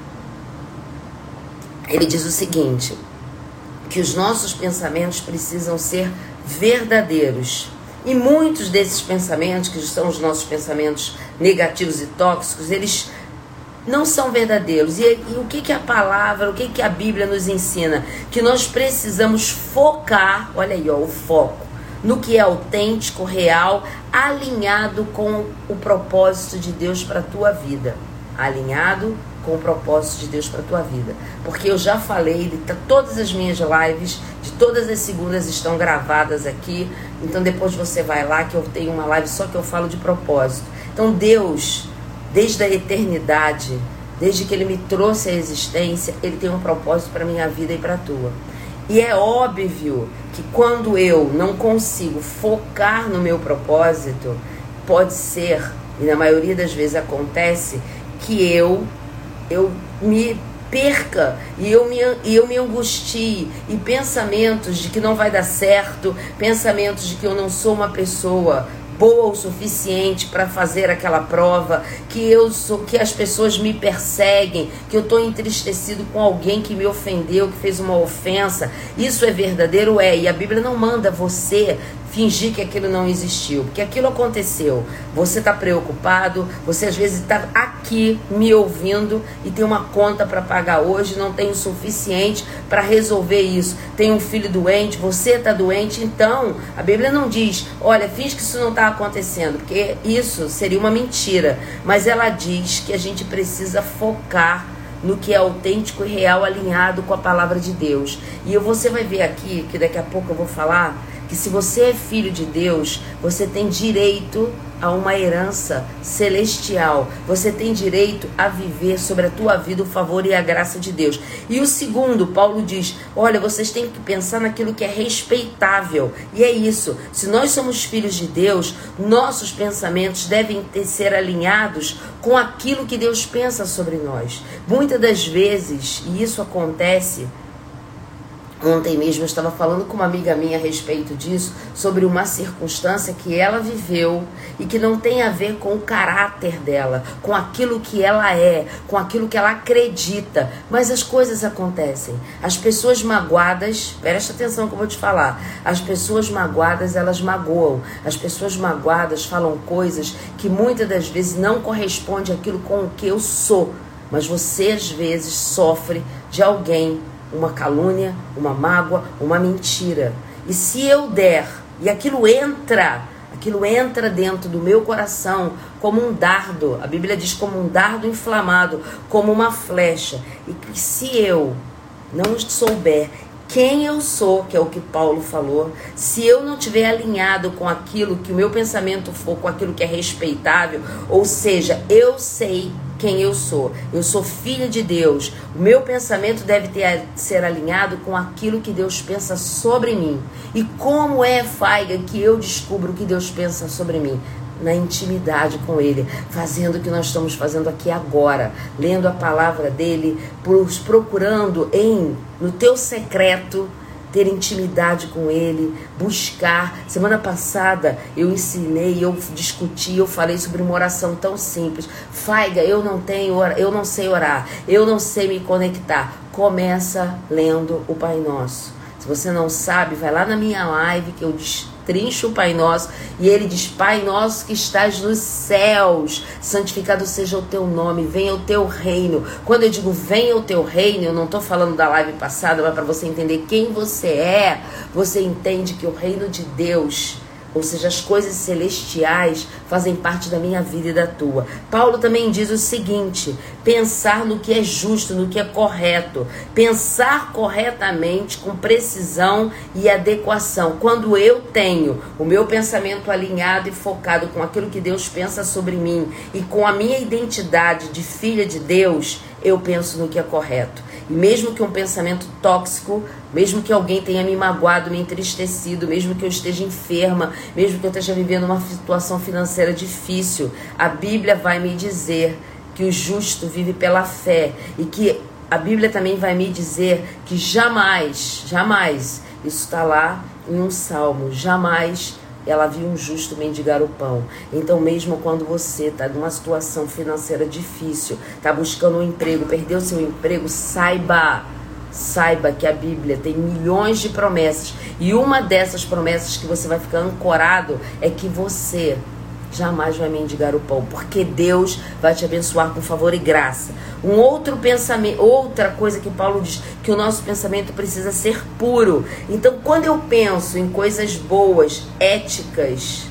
ele diz o seguinte, que os nossos pensamentos precisam ser verdadeiros. E muitos desses pensamentos, que são os nossos pensamentos negativos e tóxicos, eles não são verdadeiros. E o que a palavra, o que a Bíblia nos ensina? Que nós precisamos focar, olha aí, ó, o foco, no que é autêntico, real, alinhado com o propósito de Deus para a tua vida. Alinhado com o propósito de Deus para a tua vida. Porque eu já falei, todas as minhas lives, de todas as segundas estão gravadas aqui. Então depois você vai lá que eu tenho uma live só que eu falo de propósito. Então Deus, desde a eternidade, desde que Ele me trouxe à existência, Ele tem um propósito para a minha vida e para a tua. E é óbvio que quando eu não consigo focar no meu propósito, pode ser, e na maioria das vezes acontece, que eu me perca e eu me angustie, e pensamentos de que não vai dar certo, pensamentos de que eu não sou uma pessoa boa o suficiente para fazer aquela prova, que as pessoas me perseguem, que eu estou entristecido com alguém que me ofendeu, que fez uma ofensa. Isso é verdadeiro? É. E a Bíblia não manda você fingir que aquilo não existiu, porque aquilo aconteceu. Você está preocupado, você às vezes está aqui me ouvindo e tem uma conta para pagar hoje, não tem o suficiente para resolver isso. Tem um filho doente, você está doente, então a Bíblia não diz, olha, finge que isso não está acontecendo, porque isso seria uma mentira, mas ela diz que a gente precisa focar no que é autêntico e real, alinhado com a palavra de Deus. E você vai ver aqui, que daqui a pouco eu vou falar, que se você é filho de Deus, você tem direito a uma herança celestial. Você tem direito a viver sobre a tua vida o favor e a graça de Deus. E o segundo, Paulo diz, olha, vocês têm que pensar naquilo que é respeitável. E é isso. Se nós somos filhos de Deus, nossos pensamentos devem ser alinhados com aquilo que Deus pensa sobre nós. Muitas das vezes, e isso acontece, ontem mesmo eu estava falando com uma amiga minha a respeito disso, sobre uma circunstância que ela viveu e que não tem a ver com o caráter dela, com aquilo que ela é, com aquilo que ela acredita, mas as coisas acontecem. As pessoas magoadas, presta atenção que eu vou te falar, as pessoas magoadas, elas magoam, as pessoas magoadas falam coisas que muitas das vezes não correspondem àquilo com o que eu sou, mas você às vezes sofre de alguém uma calúnia, uma mágoa, uma mentira. E se eu der, e aquilo entra dentro do meu coração como um dardo, a Bíblia diz como um dardo inflamado, como uma flecha, e que se eu não souber quem eu sou, que é o que Paulo falou, se eu não estiver alinhado com aquilo que o meu pensamento for, com aquilo que é respeitável, ou seja, eu sei quem eu sou filha de Deus, o meu pensamento deve ser alinhado com aquilo que Deus pensa sobre mim. E como é, Faiga, que eu descubro o que Deus pensa sobre mim? Na intimidade com Ele, fazendo o que nós estamos fazendo aqui agora, lendo a palavra dEle, procurando no teu secreto, ter intimidade com Ele, buscar. Semana passada eu ensinei, eu discuti, eu falei sobre uma oração tão simples. Faiga, eu não sei orar, eu não sei me conectar. Começa lendo o Pai Nosso. Se você não sabe, vai lá na minha live que eu destrincho o Pai Nosso e ele diz, Pai Nosso que estás nos céus, santificado seja o teu nome, venha o teu reino. Quando eu digo venha o teu reino, eu não estou falando da live passada, mas para você entender quem você é, você entende que o reino de Deus, ou seja, as coisas celestiais fazem parte da minha vida e da tua. Paulo também diz o seguinte, pensar no que é justo, no que é correto, pensar corretamente com precisão e adequação. Quando eu tenho o meu pensamento alinhado e focado com aquilo que Deus pensa sobre mim e com a minha identidade de filha de Deus, eu penso no que é correto. E mesmo que um pensamento tóxico, mesmo que alguém tenha me magoado, me entristecido, mesmo que eu esteja enferma, mesmo que eu esteja vivendo uma situação financeira difícil, a Bíblia vai me dizer que o justo vive pela fé, e que a Bíblia também vai me dizer que jamais, isso está lá em um salmo, jamais ela viu um justo mendigar o pão. Então mesmo quando você está numa situação financeira difícil, está buscando um emprego, perdeu seu emprego, saiba que a Bíblia tem milhões de promessas, e uma dessas promessas que você vai ficar ancorado é que você jamais vai mendigar o pão, porque Deus vai te abençoar com favor e graça. Um outro pensamento, outra coisa que Paulo diz, que o nosso pensamento precisa ser puro. Então, quando eu penso em coisas boas, éticas,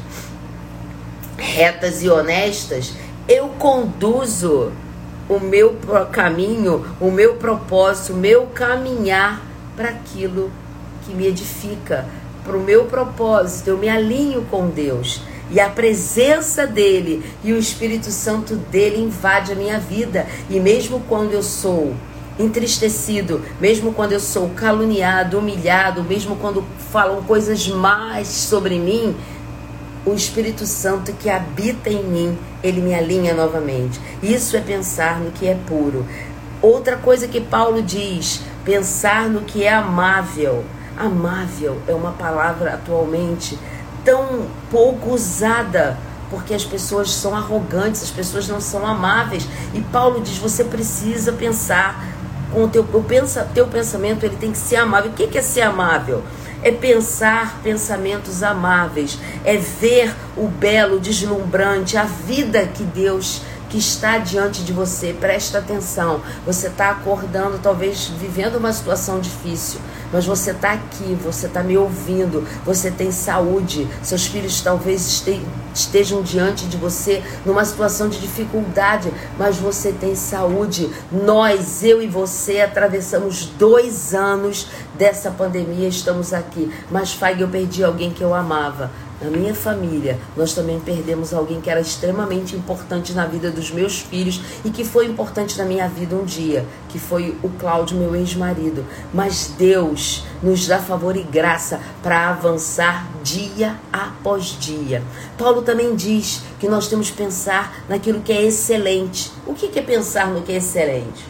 retas e honestas, eu conduzo o meu caminho, o meu propósito, o meu caminhar para aquilo que me edifica, para o meu propósito. Eu me alinho com Deus. E a presença dele e o Espírito Santo dele invade a minha vida. E mesmo quando eu sou entristecido, mesmo quando eu sou caluniado, humilhado, mesmo quando falam coisas más sobre mim, o Espírito Santo que habita em mim, ele me alinha novamente. Isso é pensar no que é puro. Outra coisa que Paulo diz, pensar no que é amável. Amável é uma palavra atualmente tão pouco usada, porque as pessoas são arrogantes, as pessoas não são amáveis. E Paulo diz, você precisa pensar com o teu pensamento, ele tem que ser amável. O que é ser amável? É pensar pensamentos amáveis, é ver o belo, o deslumbrante, a vida que Deus que está diante de você. Presta atenção, você está acordando, talvez vivendo uma situação difícil, mas você está aqui, você está me ouvindo, você tem saúde, seus filhos talvez estejam diante de você numa situação de dificuldade, mas você tem saúde. Nós, eu e você, atravessamos 2 anos dessa pandemia, estamos aqui. Mas, Fag, eu perdi alguém que eu amava. Na minha família, nós também perdemos alguém que era extremamente importante na vida dos meus filhos e que foi importante na minha vida um dia, que foi o Cláudio, meu ex-marido. Mas Deus nos dá favor e graça para avançar dia após dia. Paulo também diz que nós temos que pensar naquilo que é excelente. O que é pensar no que é excelente?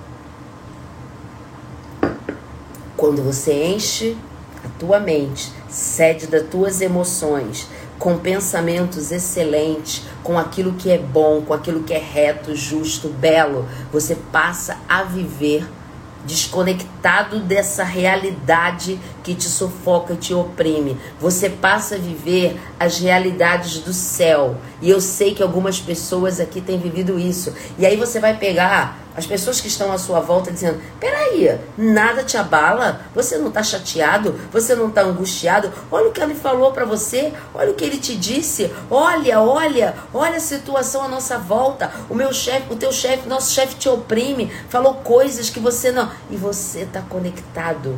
Quando você enche a tua mente, cede das tuas emoções, com pensamentos excelentes, com aquilo que é bom, com aquilo que é reto, justo, belo, você passa a viver desconectado dessa realidade que te sufoca e te oprime. Você passa a viver as realidades do céu. E eu sei que algumas pessoas aqui têm vivido isso. E aí você vai pegar as pessoas que estão à sua volta dizendo, peraí, nada te abala? Você não está chateado? Você não está angustiado? Olha o que ele falou para você, olha o que ele te disse, olha a situação à nossa volta, o meu chefe, o teu chefe, nosso chefe te oprime, falou coisas que você não... E você está conectado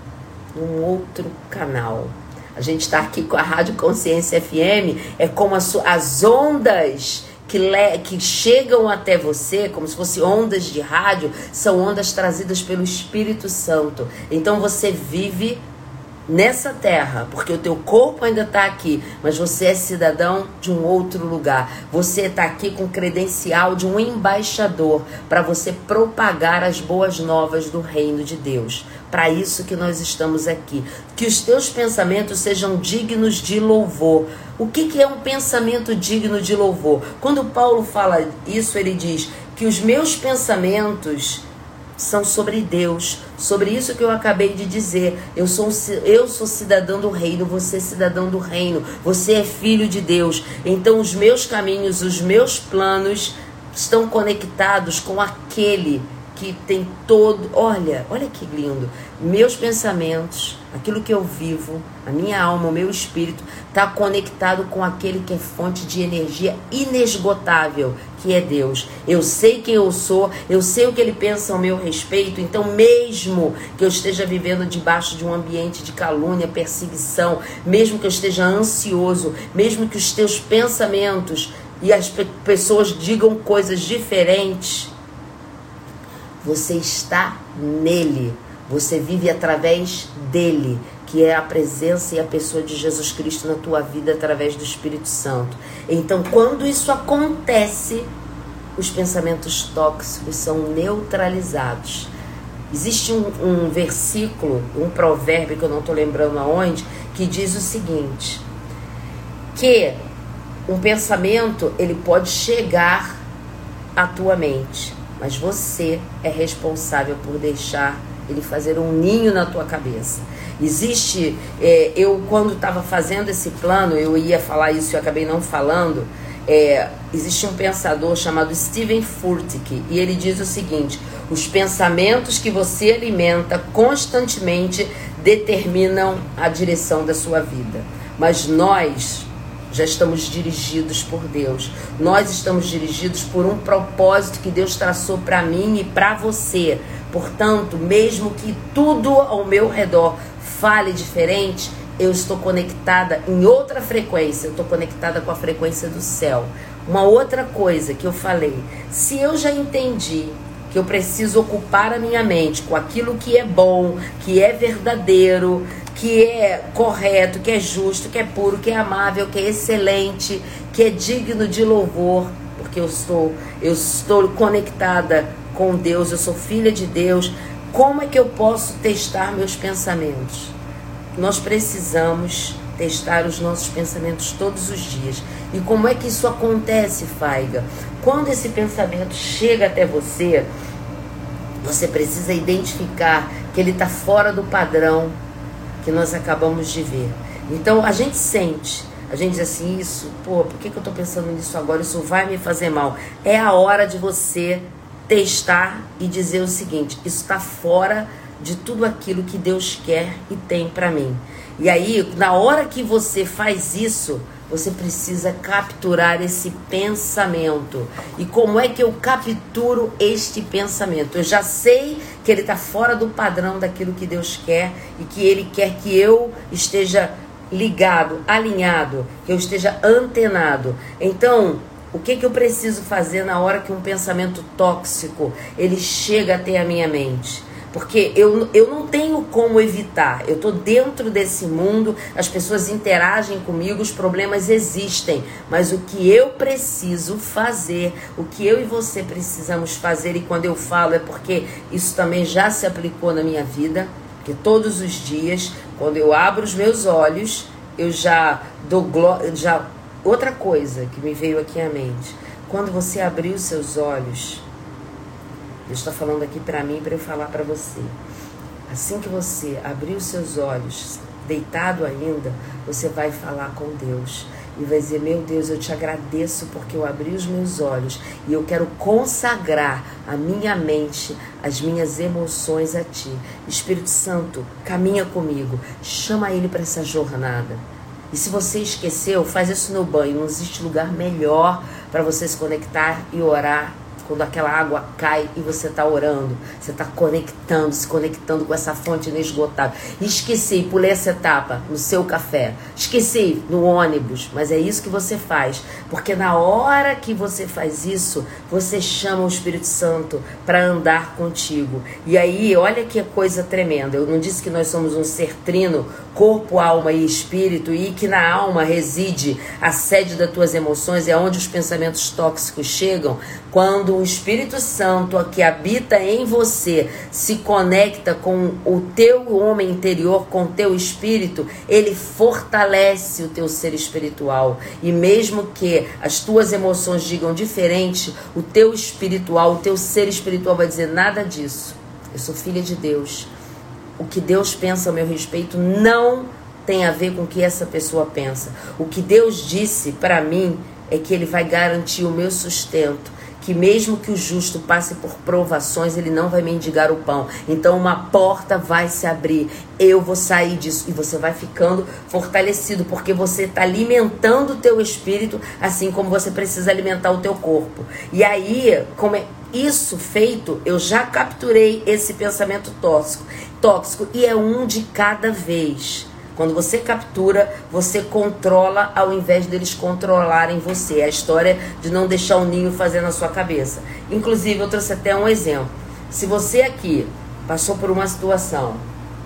num outro canal. A gente está aqui com a Rádio Consciência FM, é como as ondas que chegam até você, como se fossem ondas de rádio, são ondas trazidas pelo Espírito Santo. Então você vive nessa terra, porque o teu corpo ainda está aqui, mas você é cidadão de um outro lugar. Você está aqui com credencial de um embaixador para você propagar as boas novas do reino de Deus. Para isso que nós estamos aqui. Que os teus pensamentos sejam dignos de louvor. O que é um pensamento digno de louvor? Quando Paulo fala isso, ele diz que os meus pensamentos são sobre Deus, sobre isso que eu acabei de dizer. Eu sou cidadão do reino, você é cidadão do reino, você é filho de Deus. Então os meus caminhos, os meus planos estão conectados com aquele que tem todo... Olha que lindo. Meus pensamentos, aquilo que eu vivo, a minha alma, o meu espírito, está conectado com aquele que é fonte de energia inesgotável, que é Deus. Eu sei quem eu sou, eu sei o que Ele pensa ao meu respeito. Então mesmo que eu esteja vivendo debaixo de um ambiente de calúnia, perseguição, mesmo que eu esteja ansioso, mesmo que os teus pensamentos e as pessoas digam coisas diferentes, você está nele. Você vive através dele, que é a presença e a pessoa de Jesus Cristo na tua vida através do Espírito Santo. Então, quando isso acontece, os pensamentos tóxicos são neutralizados. Existe um versículo, um provérbio que eu não estou lembrando aonde, que diz o seguinte, que um pensamento, ele pode chegar à tua mente, mas você é responsável por deixar ele fazer um ninho na tua cabeça. Existe, eu quando estava fazendo esse plano, eu ia falar isso e eu acabei não falando, existe um pensador chamado Steven Furtick, e ele diz o seguinte: os pensamentos que você alimenta constantemente determinam a direção da sua vida, mas nós já estamos dirigidos por Deus. Nós estamos dirigidos por um propósito que Deus traçou para mim e para você. Portanto, mesmo que tudo ao meu redor fale diferente, eu estou conectada em outra frequência. Eu estou conectada com a frequência do céu. Uma outra coisa que eu falei, se eu já entendi que eu preciso ocupar a minha mente com aquilo que é bom, que é verdadeiro, que é correto, que é justo, que é puro, que é amável, que é excelente, que é digno de louvor, porque eu estou conectada com Deus, eu sou filha de Deus. Como é que eu posso testar meus pensamentos? Nós precisamos testar os nossos pensamentos todos os dias. E como é que isso acontece, Faiga? Quando esse pensamento chega até você, você precisa identificar que ele está fora do padrão que nós acabamos de ver. Então a gente sente, a gente diz assim, por que eu estou pensando nisso agora? Isso vai me fazer mal. É a hora de você testar e dizer o seguinte: isso está fora de tudo aquilo que Deus quer e tem para mim. E aí, na hora que você faz isso, você precisa capturar esse pensamento. E como é que eu capturo este pensamento? Eu já sei que ele está fora do padrão daquilo que Deus quer e que Ele quer que eu esteja ligado, alinhado, que eu esteja antenado. Então, o que eu preciso fazer na hora que um pensamento tóxico ele chega até a minha mente? Porque eu não tenho como evitar. Eu estou dentro desse mundo, as pessoas interagem comigo, os problemas existem. Mas o que eu preciso fazer, o que eu e você precisamos fazer, e quando eu falo é porque isso também já se aplicou na minha vida, que todos os dias, quando eu abro os meus olhos, eu já dou glória. Outra coisa que me veio aqui à mente, quando você abrir os seus olhos, Deus está falando aqui para mim, para eu falar para você. Assim que você abrir os seus olhos, deitado ainda, você vai falar com Deus. E vai dizer: meu Deus, eu te agradeço porque eu abri os meus olhos. E eu quero consagrar a minha mente, as minhas emoções a Ti. Espírito Santo, caminha comigo. Chama Ele para essa jornada. E se você esqueceu, faz isso no banho. Não existe lugar melhor para você se conectar e orar. Quando aquela água cai e você está orando, você está se conectando com essa fonte inesgotável. Esqueci, pulei essa etapa no seu café, esqueci no ônibus, mas é isso que você faz, porque na hora que você faz isso, você chama o Espírito Santo para andar contigo. E aí, olha que coisa tremenda. Eu não disse que nós somos um ser trino, corpo, alma e espírito, e que na alma reside a sede das tuas emoções, é onde os pensamentos tóxicos chegam. Quando o Espírito Santo que habita em você se conecta com o teu homem interior, com o teu espírito, ele fortalece o teu ser espiritual. E mesmo que as tuas emoções digam diferente, o teu espiritual, o teu ser espiritual vai dizer: nada disso. Eu sou filha de Deus. O que Deus pensa a meu respeito não tem a ver com o que essa pessoa pensa. O que Deus disse para mim é que Ele vai garantir o meu sustento. Que mesmo que o justo passe por provações, ele não vai mendigar o pão. Então uma porta vai se abrir, eu vou sair disso, e você vai ficando fortalecido, porque você está alimentando o teu espírito, assim como você precisa alimentar o teu corpo. E aí, como é isso feito, eu já capturei esse pensamento tóxico, e é um de cada vez. Quando você captura, você controla ao invés deles controlarem você. É a história de não deixar o ninho fazer na sua cabeça. Inclusive, eu trouxe até um exemplo. Se você aqui passou por uma situação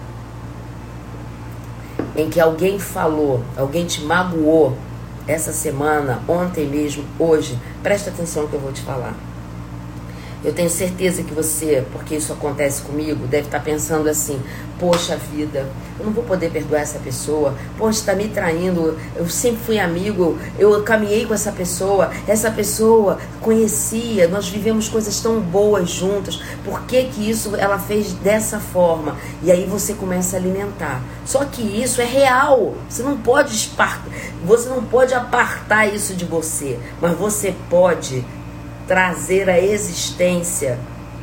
em que alguém falou, alguém te magoou essa semana, ontem mesmo, hoje, presta atenção no que eu vou te falar. Eu tenho certeza que você, porque isso acontece comigo, deve estar pensando assim: poxa vida, eu não vou poder perdoar essa pessoa, poxa, está me traindo, eu sempre fui amigo, eu caminhei com essa pessoa conhecia, nós vivemos coisas tão boas juntas, por que isso ela fez dessa forma? E aí você começa a alimentar. Só que isso é real, você não pode apartar isso de você, mas você pode trazer à existência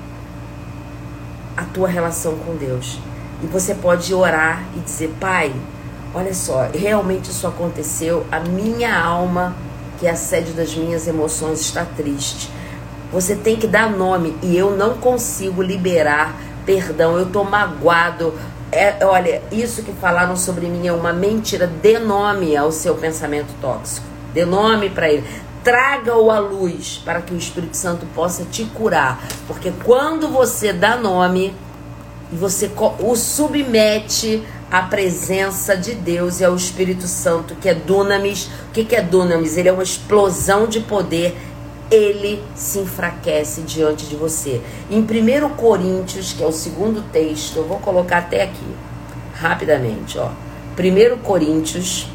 a tua relação com Deus. E você pode orar e dizer: Pai, olha só, realmente isso aconteceu, a minha alma, que é a sede das minhas emoções, está triste. Você tem que dar nome, e eu não consigo liberar perdão, eu estou magoado. Olha, isso que falaram sobre mim é uma mentira. Dê nome ao seu pensamento tóxico, dê nome para ele. Traga-o à luz para que o Espírito Santo possa te curar. Porque quando você dá nome e você o submete à presença de Deus e ao Espírito Santo, que é Dunamis. O que é Dunamis? Ele é uma explosão de poder. Ele se enfraquece diante de você. Em 1 Coríntios, que é o segundo texto, eu vou colocar até aqui, rapidamente. 1 Coríntios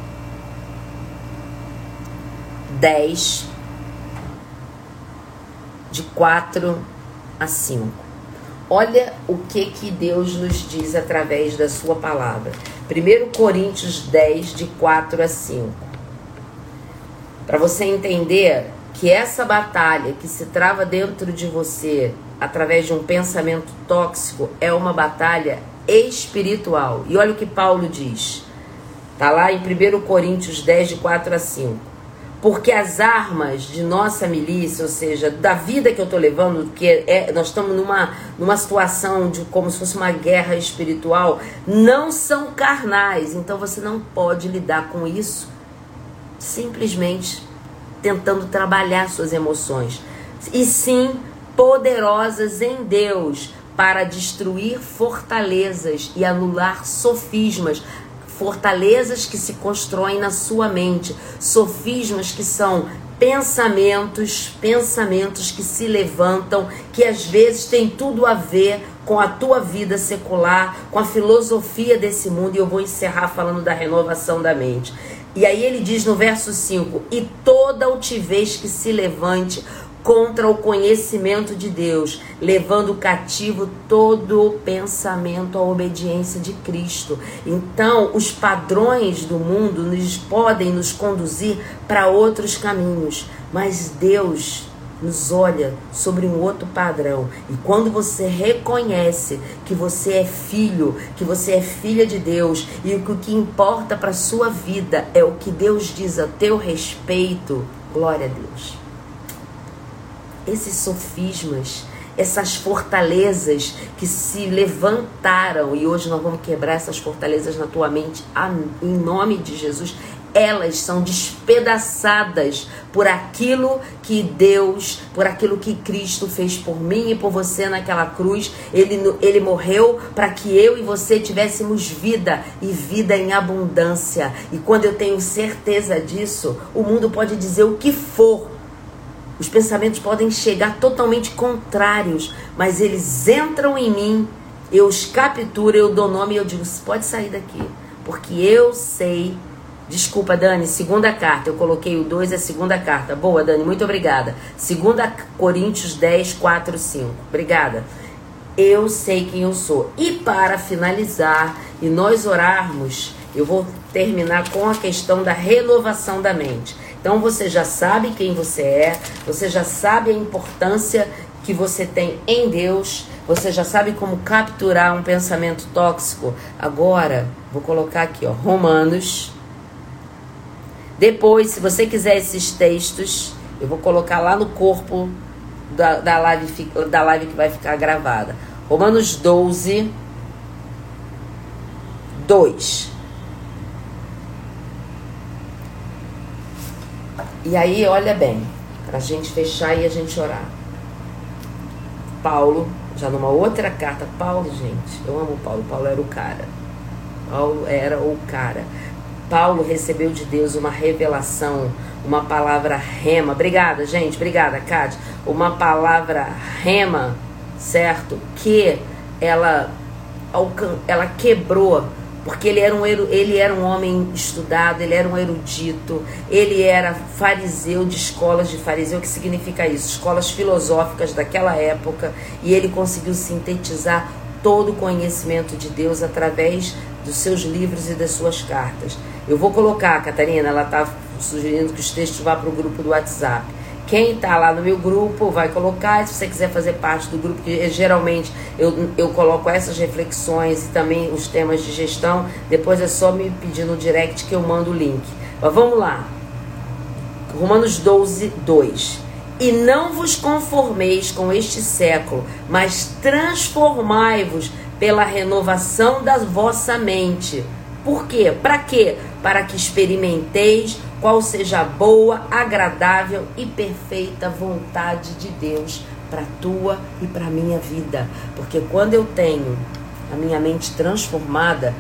10, de 4 a 5. Olha o que Deus nos diz através da sua palavra. 1 Coríntios 10, de 4 a 5. Para você entender que essa batalha que se trava dentro de você através de um pensamento tóxico é uma batalha espiritual. E olha o que Paulo diz. Está lá em 1 Coríntios 10, de 4 a 5. Porque as armas de nossa milícia, ou seja, da vida que eu estou levando, nós estamos numa situação de como se fosse uma guerra espiritual, não são carnais. Então você não pode lidar com isso simplesmente tentando trabalhar suas emoções. E sim, poderosas em Deus para destruir fortalezas e anular sofismas. Fortalezas que se constroem na sua mente, sofismas que são pensamentos que se levantam, que às vezes tem tudo a ver com a tua vida secular, com a filosofia desse mundo. E eu vou encerrar falando da renovação da mente. E aí ele diz no verso 5: e toda altivez que se levante contra o conhecimento de Deus, levando cativo todo o pensamento à obediência de Cristo. Então, os padrões do mundo podem nos conduzir para outros caminhos, mas Deus nos olha sobre um outro padrão. E quando você reconhece que você é filho, que você é filha de Deus, e o que importa para a sua vida é o que Deus diz a teu respeito, glória a Deus. Esses sofismas, essas fortalezas que se levantaram, e hoje nós vamos quebrar essas fortalezas na tua mente, em nome de Jesus. Elas são despedaçadas por aquilo que Deus, por aquilo que Cristo fez por mim e por você naquela cruz. Ele morreu para que eu e você tivéssemos vida, e vida em abundância. E quando eu tenho certeza disso, o mundo pode dizer o que for. Os pensamentos podem chegar totalmente contrários, mas eles entram em mim, eu os capturo, eu dou nome e eu digo: pode sair daqui, porque eu sei. Desculpa, Dani, segunda carta, eu coloquei o 2, é a segunda carta. Boa, Dani, muito obrigada. 2 Coríntios 10, 4, 5. Obrigada. Eu sei quem eu sou. E para finalizar e nós orarmos, eu vou terminar com a questão da renovação da mente. Então você já sabe quem você é, você já sabe a importância que você tem em Deus, você já sabe como capturar um pensamento tóxico. Agora, vou colocar aqui, Romanos. Depois, se você quiser esses textos, eu vou colocar lá no corpo da live que vai ficar gravada. Romanos 12, 2. E aí, olha bem, para a gente fechar e a gente orar. Paulo, já numa outra carta. Paulo, gente, eu amo Paulo. Paulo era o cara. Paulo era o cara. Paulo recebeu de Deus uma revelação, uma palavra rema. Obrigada, gente. Obrigada, Cátia. Uma palavra rema, certo? Que ela quebrou, porque ele era um homem estudado, ele era um erudito, ele era fariseu de escolas de fariseu. O que significa isso? Escolas filosóficas daquela época, e ele conseguiu sintetizar todo o conhecimento de Deus através dos seus livros e das suas cartas. Eu vou colocar, Catarina, ela está sugerindo que os textos vá para o grupo do WhatsApp. Quem está lá no meu grupo vai colocar. Se você quiser fazer parte do grupo, que geralmente eu coloco essas reflexões e também os temas de gestão, depois é só me pedir no direct que eu mando o link. Mas vamos lá. Romanos 12, 2. E não vos conformeis com este século, mas transformai-vos pela renovação da vossa mente. Por quê? Para quê? Para que experimenteis qual seja a boa, agradável e perfeita vontade de Deus para a tua e para a minha vida. Porque quando eu tenho a minha mente transformada,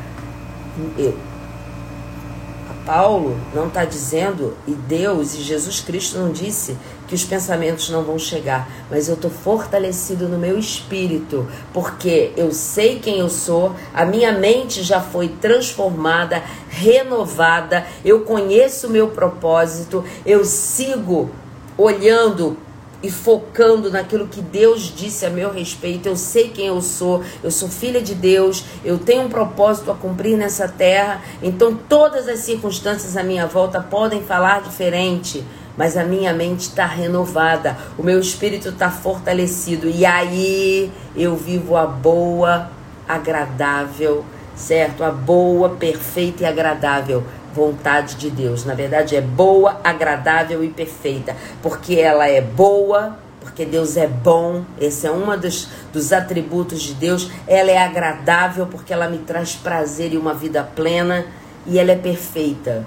Paulo não está dizendo, e Deus e Jesus Cristo não disse que os pensamentos não vão chegar, mas eu estou fortalecido no meu espírito, porque eu sei quem eu sou, a minha mente já foi transformada, renovada, eu conheço o meu propósito, eu sigo olhando e focando naquilo que Deus disse a meu respeito. Eu sei quem eu sou filha de Deus, eu tenho um propósito a cumprir nessa terra. Então todas as circunstâncias à minha volta podem falar diferente, mas a minha mente está renovada, o meu espírito está fortalecido, e aí eu vivo a boa, agradável, certo? A boa, perfeita e agradável vontade de Deus. Na verdade é boa, agradável e perfeita, porque ela é boa, porque Deus é bom. Esse é um dos atributos de Deus. Ela é agradável porque ela me traz prazer e uma vida plena, e ela é perfeita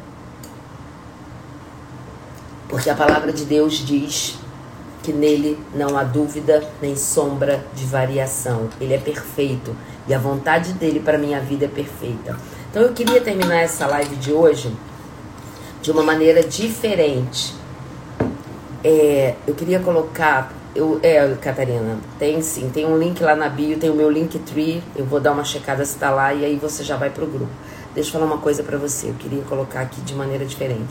porque a palavra de Deus diz que nele não há dúvida nem sombra de variação. Ele é perfeito e a vontade dele para minha vida é perfeita. Então eu queria terminar essa live de hoje de uma maneira diferente. Eu queria colocar... Catarina, tem um link lá na bio, tem o meu Linktree. Eu vou dar uma checada se tá lá, e aí você já vai pro grupo. Deixa eu falar uma coisa pra você. Eu queria colocar aqui de maneira diferente.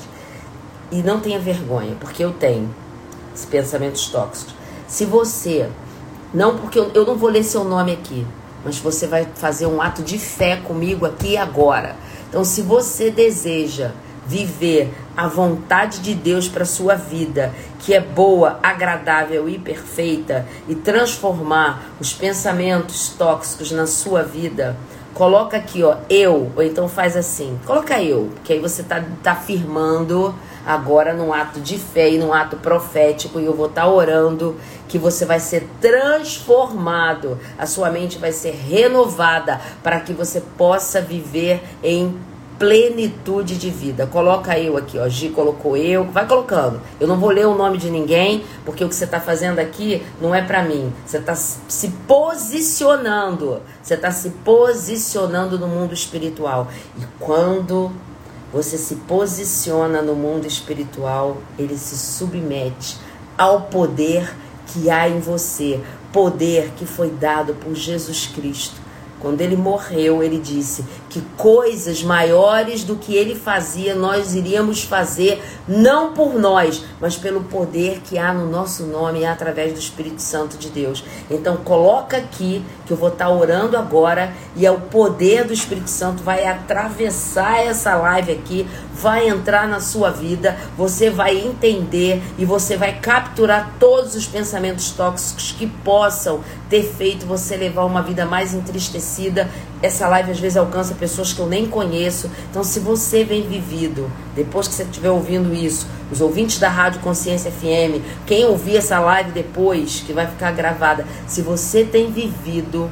E não tenha vergonha, porque eu tenho esses pensamentos tóxicos. Se você... Não, porque eu não vou ler seu nome aqui, mas você vai fazer um ato de fé comigo aqui e agora. Então, se você deseja viver a vontade de Deus para sua vida, que é boa, agradável e perfeita, e transformar os pensamentos tóxicos na sua vida, coloca aqui, ó, eu, ou então faz assim, coloca eu, porque aí você tá afirmando agora num ato de fé e num ato profético, e eu vou estar orando que você vai ser transformado, a sua mente vai ser renovada para que você possa viver em plenitude de vida. Coloca eu aqui, ó. Gi colocou eu. Vai colocando. Eu não vou ler o nome de ninguém, porque o que você está fazendo aqui não é para mim. Você está se posicionando. Você está se posicionando no mundo espiritual. E quando você se posiciona no mundo espiritual, ele se submete ao poder que há em você. Poder que foi dado por Jesus Cristo. Quando ele morreu, ele disse que coisas maiores do que ele fazia, nós iríamos fazer, não por nós, mas pelo poder que há no nosso nome e através do Espírito Santo de Deus. Então coloca aqui, que eu vou estar orando agora, e o poder do Espírito Santo vai atravessar essa live aqui, vai entrar na sua vida, você vai entender e você vai capturar todos os pensamentos tóxicos que possam ter feito você levar uma vida mais entristecida. Essa live às vezes alcança pessoas que eu nem conheço. Então, se você vem vivido, depois que você estiver ouvindo isso, os ouvintes da Rádio Consciência FM, quem ouvir essa live depois, que vai ficar gravada, se você tem vivido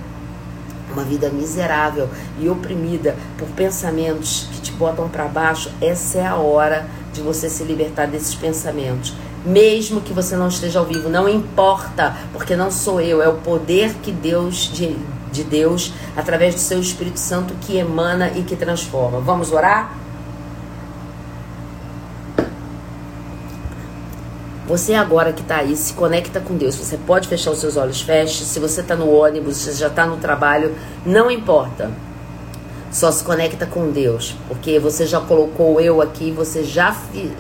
uma vida miserável e oprimida por pensamentos que te botam para baixo, essa é a hora de você se libertar desses pensamentos. mesmo que você não esteja ao vivo, não importa, porque não sou eu, é o poder que de Deus, através do seu Espírito Santo, que emana e que transforma. Vamos orar? Você agora que está aí, se conecta com Deus. Você pode fechar os seus olhos, feche. Se você está no ônibus, você já está no trabalho, não importa. Só se conecta com Deus, porque você já colocou eu aqui, você já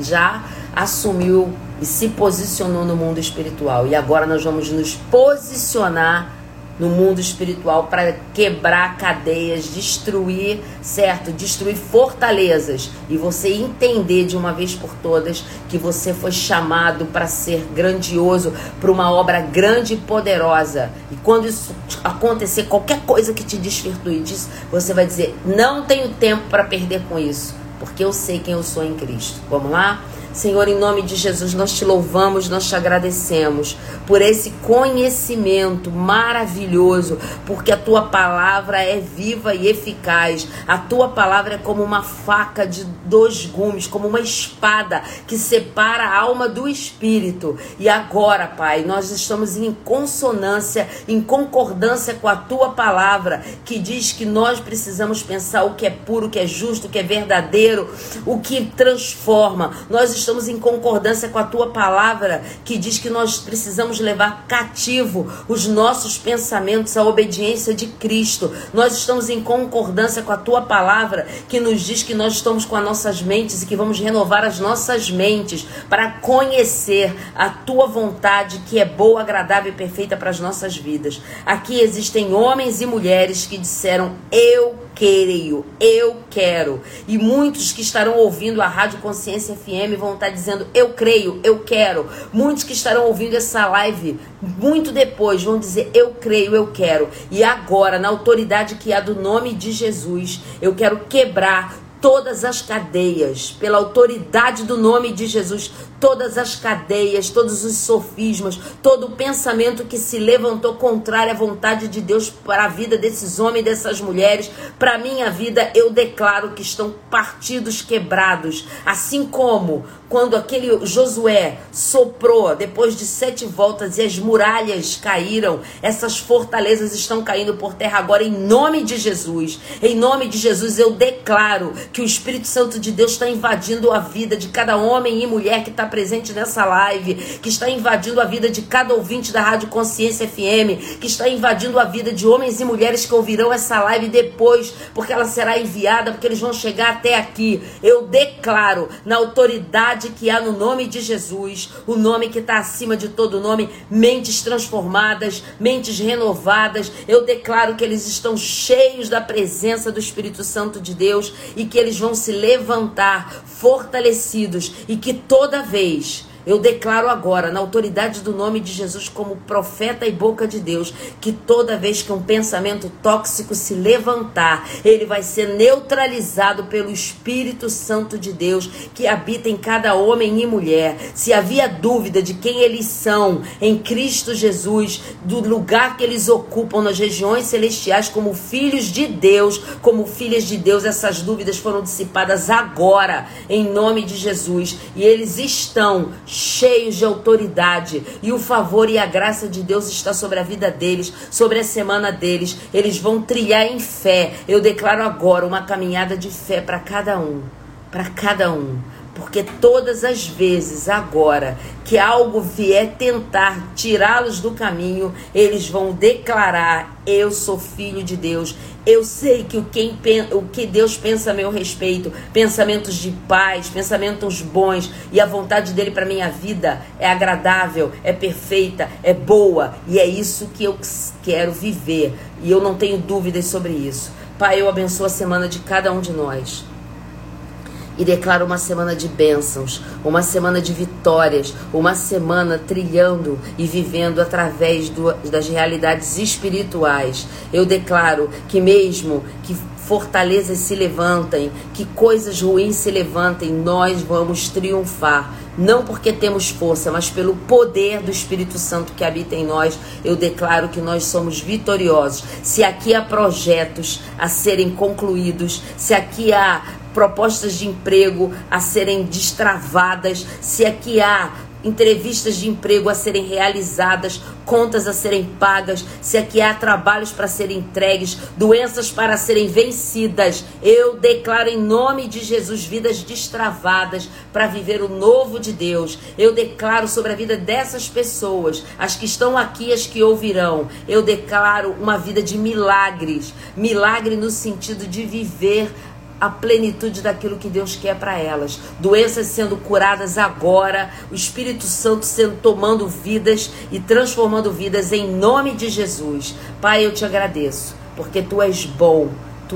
assumiu e se posicionou no mundo espiritual. E agora nós vamos nos posicionar no mundo espiritual para quebrar cadeias, destruir, certo? Destruir fortalezas. E você entender de uma vez por todas que você foi chamado para ser grandioso, para uma obra grande e poderosa. E quando isso acontecer, qualquer coisa que te desvirtue disso, você vai dizer, não tenho tempo para perder com isso, porque eu sei quem eu sou em Cristo. Vamos lá? Senhor, em nome de Jesus, nós te louvamos, nós te agradecemos por esse conhecimento maravilhoso, porque a tua palavra é viva e eficaz. A tua palavra é como uma faca de 2 gumes, como uma espada que separa a alma do espírito. E agora, Pai, nós estamos em consonância, em concordância com a tua palavra, que diz que nós precisamos pensar o que é puro, o que é justo, o que é verdadeiro, o que transforma. Nós estamos em concordância com a tua palavra, que diz que nós precisamos levar cativo os nossos pensamentos à obediência de Cristo. Nós estamos em concordância com a tua palavra, que nos diz que nós estamos com as nossas mentes e que vamos renovar as nossas mentes para conhecer a tua vontade, que é boa, agradável e perfeita para as nossas vidas. Aqui existem homens e mulheres que disseram, eu creio, eu quero. E muitos que estarão ouvindo a Rádio Consciência FM vão estar dizendo, eu creio, eu quero. Muitos que estarão ouvindo essa live muito depois vão dizer, eu creio, eu quero. E agora, na autoridade que há do nome de Jesus, eu quero quebrar todas as cadeias, pela autoridade do nome de Jesus, todas as cadeias, todos os sofismas, todo o pensamento que se levantou contrário à vontade de Deus para a vida desses homens e dessas mulheres, para a minha vida, eu declaro que estão partidos, quebrados, assim como quando aquele Josué soprou, depois de 7 voltas, e as muralhas caíram, essas fortalezas estão caindo por terra agora, em nome de Jesus. Em nome de Jesus, eu declaro que o Espírito Santo de Deus está invadindo a vida de cada homem e mulher que está presente nessa live, que está invadindo a vida de cada ouvinte da Rádio Consciência FM, que está invadindo a vida de homens e mulheres que ouvirão essa live depois, porque ela será enviada, porque eles vão chegar até aqui. Eu declaro, na autoridade que há no nome de Jesus, o nome que está acima de todo nome, mentes transformadas, mentes renovadas. Eu declaro que eles estão cheios da presença do Espírito Santo de Deus e que eles vão se levantar fortalecidos, e que toda vez, eu declaro agora, na autoridade do nome de Jesus, como profeta e boca de Deus, que toda vez que um pensamento tóxico se levantar, ele vai ser neutralizado pelo Espírito Santo de Deus, que habita em cada homem e mulher. Se havia dúvida de quem eles são em Cristo Jesus, do lugar que eles ocupam nas regiões celestiais como filhos de Deus, como filhas de Deus, essas dúvidas foram dissipadas agora, em nome de Jesus, e eles estão cheios de autoridade, e o favor e a graça de Deus está sobre a vida deles, sobre a semana deles. Eles vão trilhar em fé. Eu declaro agora uma caminhada de fé para cada um, porque todas as vezes agora que algo vier tentar tirá-los do caminho, eles vão declarar, eu sou filho de Deus, eu sei que o que Deus pensa a meu respeito, pensamentos de paz, pensamentos bons, e a vontade dele para minha vida é agradável, é perfeita, é boa, e é isso que eu quero viver, e eu não tenho dúvidas sobre isso. Pai, eu abençoo a semana de cada um de nós. E declaro uma semana de bênçãos, uma semana de vitórias, uma semana trilhando e vivendo através das realidades espirituais. Eu declaro que mesmo que fortalezas se levantem, que coisas ruins se levantem, nós vamos triunfar. Não porque temos força, mas pelo poder do Espírito Santo que habita em nós. Eu declaro que nós somos vitoriosos. Se aqui há projetos a serem concluídos, se aqui há propostas de emprego a serem destravadas, se aqui há entrevistas de emprego a serem realizadas, contas a serem pagas, se aqui há trabalhos para serem entregues, doenças para serem vencidas, eu declaro em nome de Jesus vidas destravadas para viver o novo de Deus. Eu declaro sobre a vida dessas pessoas, as que estão aqui, as que ouvirão, eu declaro uma vida de milagres, milagre no sentido de viver a plenitude daquilo que Deus quer para elas. Doenças sendo curadas agora, o Espírito Santo tomando vidas e transformando vidas em nome de Jesus. Pai, eu te agradeço, porque Tu és bom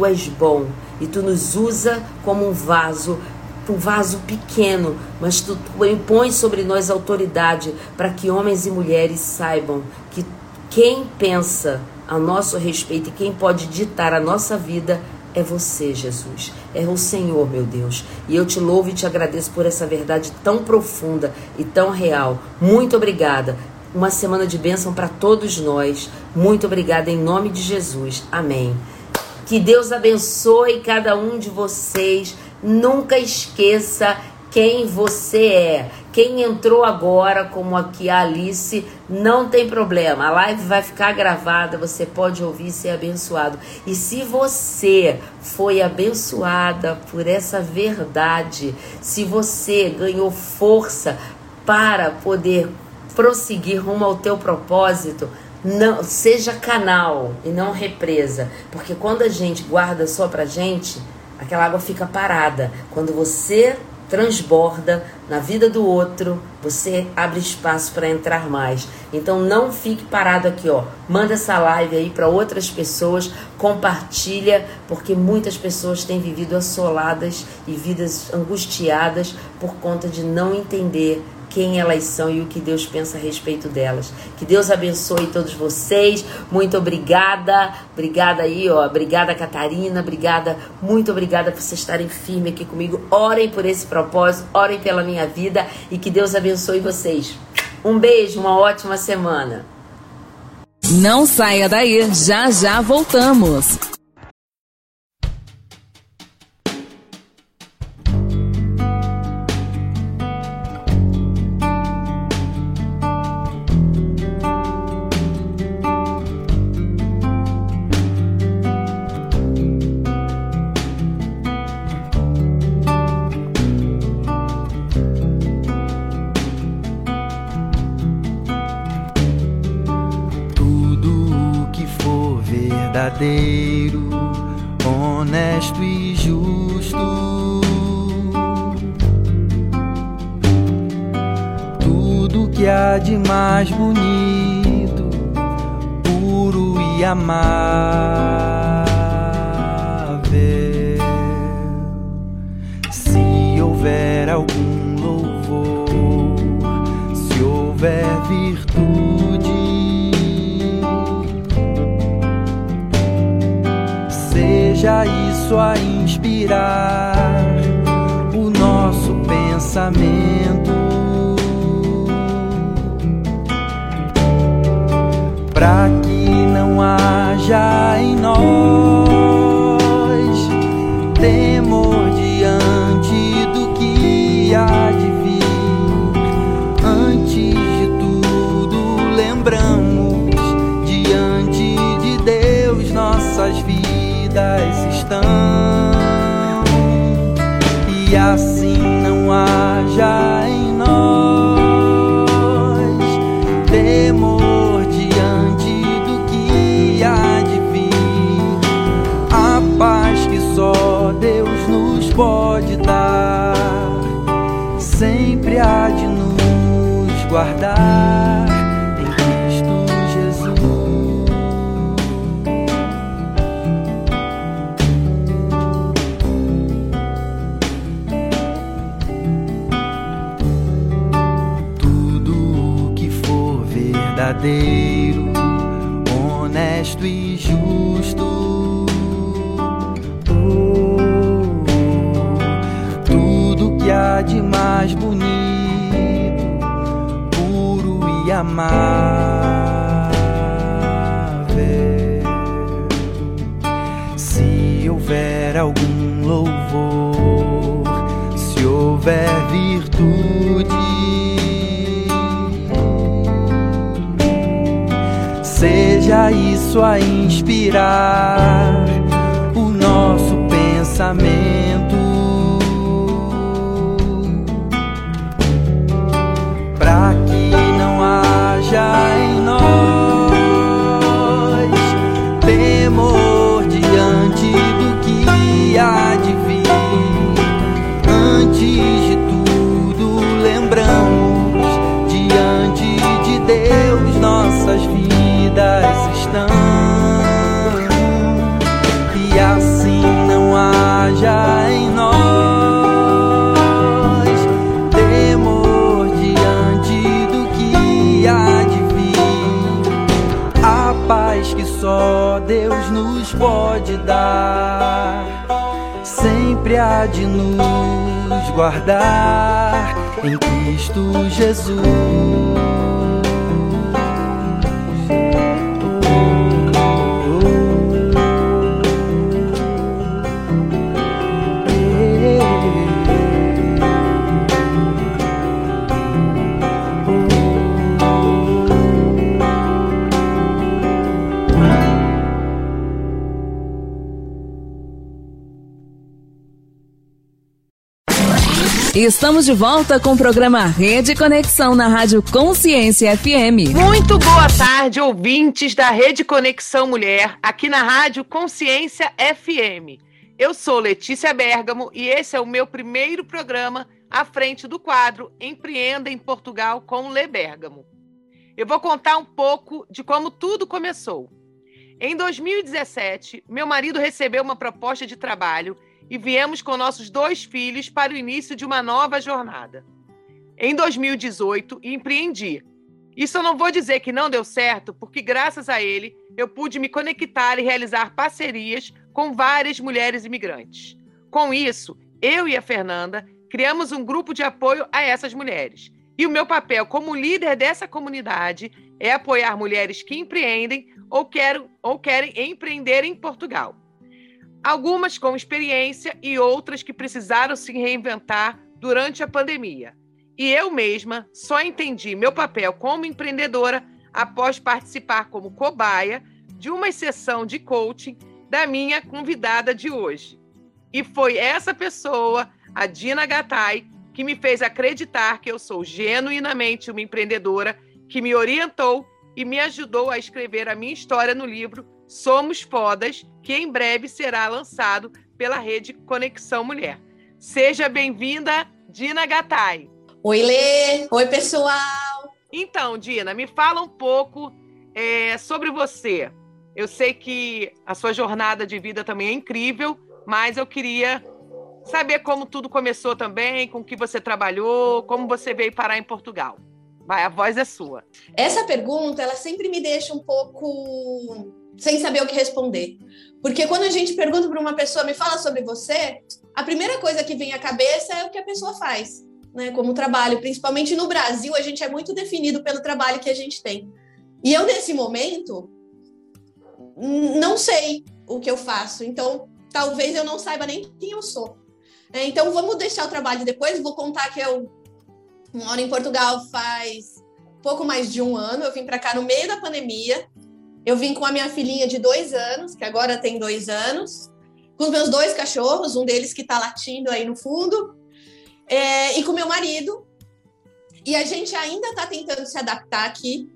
e Tu nos usa como um vaso pequeno, mas Tu impões sobre nós autoridade para que homens e mulheres saibam que quem pensa a nosso respeito e quem pode ditar a nossa vida é Você, Jesus. É o Senhor, meu Deus. E eu te louvo e te agradeço por essa verdade tão profunda e tão real. Muito obrigada. Uma semana de bênção para todos nós. Muito obrigada em nome de Jesus. Amém. Que Deus abençoe cada um de vocês. Nunca esqueça quem você é. Quem entrou agora, como aqui a Alice, não tem problema. A live vai ficar gravada, você pode ouvir e ser abençoado. E se você foi abençoada por essa verdade, se você ganhou força para poder prosseguir rumo ao teu propósito, não seja canal e não represa. Porque quando a gente guarda só pra gente, aquela água fica parada. Quando você transborda na vida do outro, você abre espaço para entrar mais. Então não fique parado aqui, ó. Manda essa live aí para outras pessoas, compartilha, porque muitas pessoas têm vivido assoladas e vidas angustiadas por conta de não entender quem elas são e o que Deus pensa a respeito delas. Que Deus abençoe todos vocês. Muito obrigada. Obrigada aí, ó. Obrigada, Catarina. Obrigada. Muito obrigada por vocês estarem firmes aqui comigo. Orem por esse propósito. Orem pela minha vida. E que Deus abençoe vocês. Um beijo, uma ótima semana. Não saia daí. Já já voltamos. Verdadeiro, honesto e justo, tudo que há de mais bonito, puro e amável. Se houver algum louvor, se houver virtude, seja isso a inspirar o nosso pensamento, para que não haja em nós temor diante do que há de vir. Antes de tudo, lembramos, diante de Deus nossas vidas estão, e assim não haja em nós temor diante do que há de vir. A paz que só Deus nos pode dar sempre há de nos guardar em Cristo Jesus. Verdadeiro, honesto e justo, tudo que há de mais bonito, puro e amável. Se houver algum louvor, se houver virtude, seja isso a inspirar o nosso pensamento, pra que não haja em nós temor diante do que há de vir. Antes de tudo, lembramos, diante de Deus nossas vidas estão, e assim não haja em nós temor diante do que há de vir. A paz que só Deus nos pode dar sempre há de nos guardar em Cristo Jesus. Estamos de volta com o programa Rede Conexão na Rádio Consciência FM. Muito boa tarde, ouvintes da Rede Conexão Mulher, aqui na Rádio Consciência FM. Eu sou Letícia Bergamo e esse é o meu primeiro programa à frente do quadro Empreenda em Portugal com Lê Bergamo. Eu vou contar um pouco de como tudo começou. Em 2017, meu marido recebeu uma proposta de trabalho e viemos com nossos 2 filhos para o início de uma nova jornada. Em 2018, empreendi. Isso eu não vou dizer que não deu certo, porque graças a ele, eu pude me conectar e realizar parcerias com várias mulheres imigrantes. Com isso, eu e a Fernanda criamos um grupo de apoio a essas mulheres. E o meu papel como líder dessa comunidade é apoiar mulheres que empreendem ou querem empreender em Portugal. Algumas com experiência e outras que precisaram se reinventar durante a pandemia. E eu mesma só entendi meu papel como empreendedora após participar como cobaia de uma sessão de coaching da minha convidada de hoje. E foi essa pessoa, a Dina Gattai, que me fez acreditar que eu sou genuinamente uma empreendedora, que me orientou e me ajudou a escrever a minha história no livro Somos Fodas, que em breve será lançado pela Rede Conexão Mulher. Seja bem-vinda, Dina Gattai. Oi, Lê. Oi, pessoal. Então, Dina, me fala um pouco sobre você. Eu sei que a sua jornada de vida também é incrível, mas eu queria saber como tudo começou também, com o que você trabalhou, como você veio parar em Portugal. Vai, a voz é sua. Essa pergunta, ela sempre me deixa um pouco sem saber o que responder. Porque quando a gente pergunta para uma pessoa, me fala sobre você, a primeira coisa que vem à cabeça é o que a pessoa faz, né, como trabalho. Principalmente no Brasil, a gente é muito definido pelo trabalho que a gente tem. E eu, nesse momento, não sei o que eu faço. Então, talvez eu não saiba nem quem eu sou. Então, vamos deixar o trabalho depois. Vou contar que eu moro em Portugal faz pouco mais de 1 ano. Eu vim para cá no meio da pandemia. Eu vim com a minha filhinha de 2 anos, que agora tem 2 anos, com os meus 2 cachorros, um deles que está latindo aí no fundo, e com meu marido. E a gente ainda está tentando se adaptar aqui.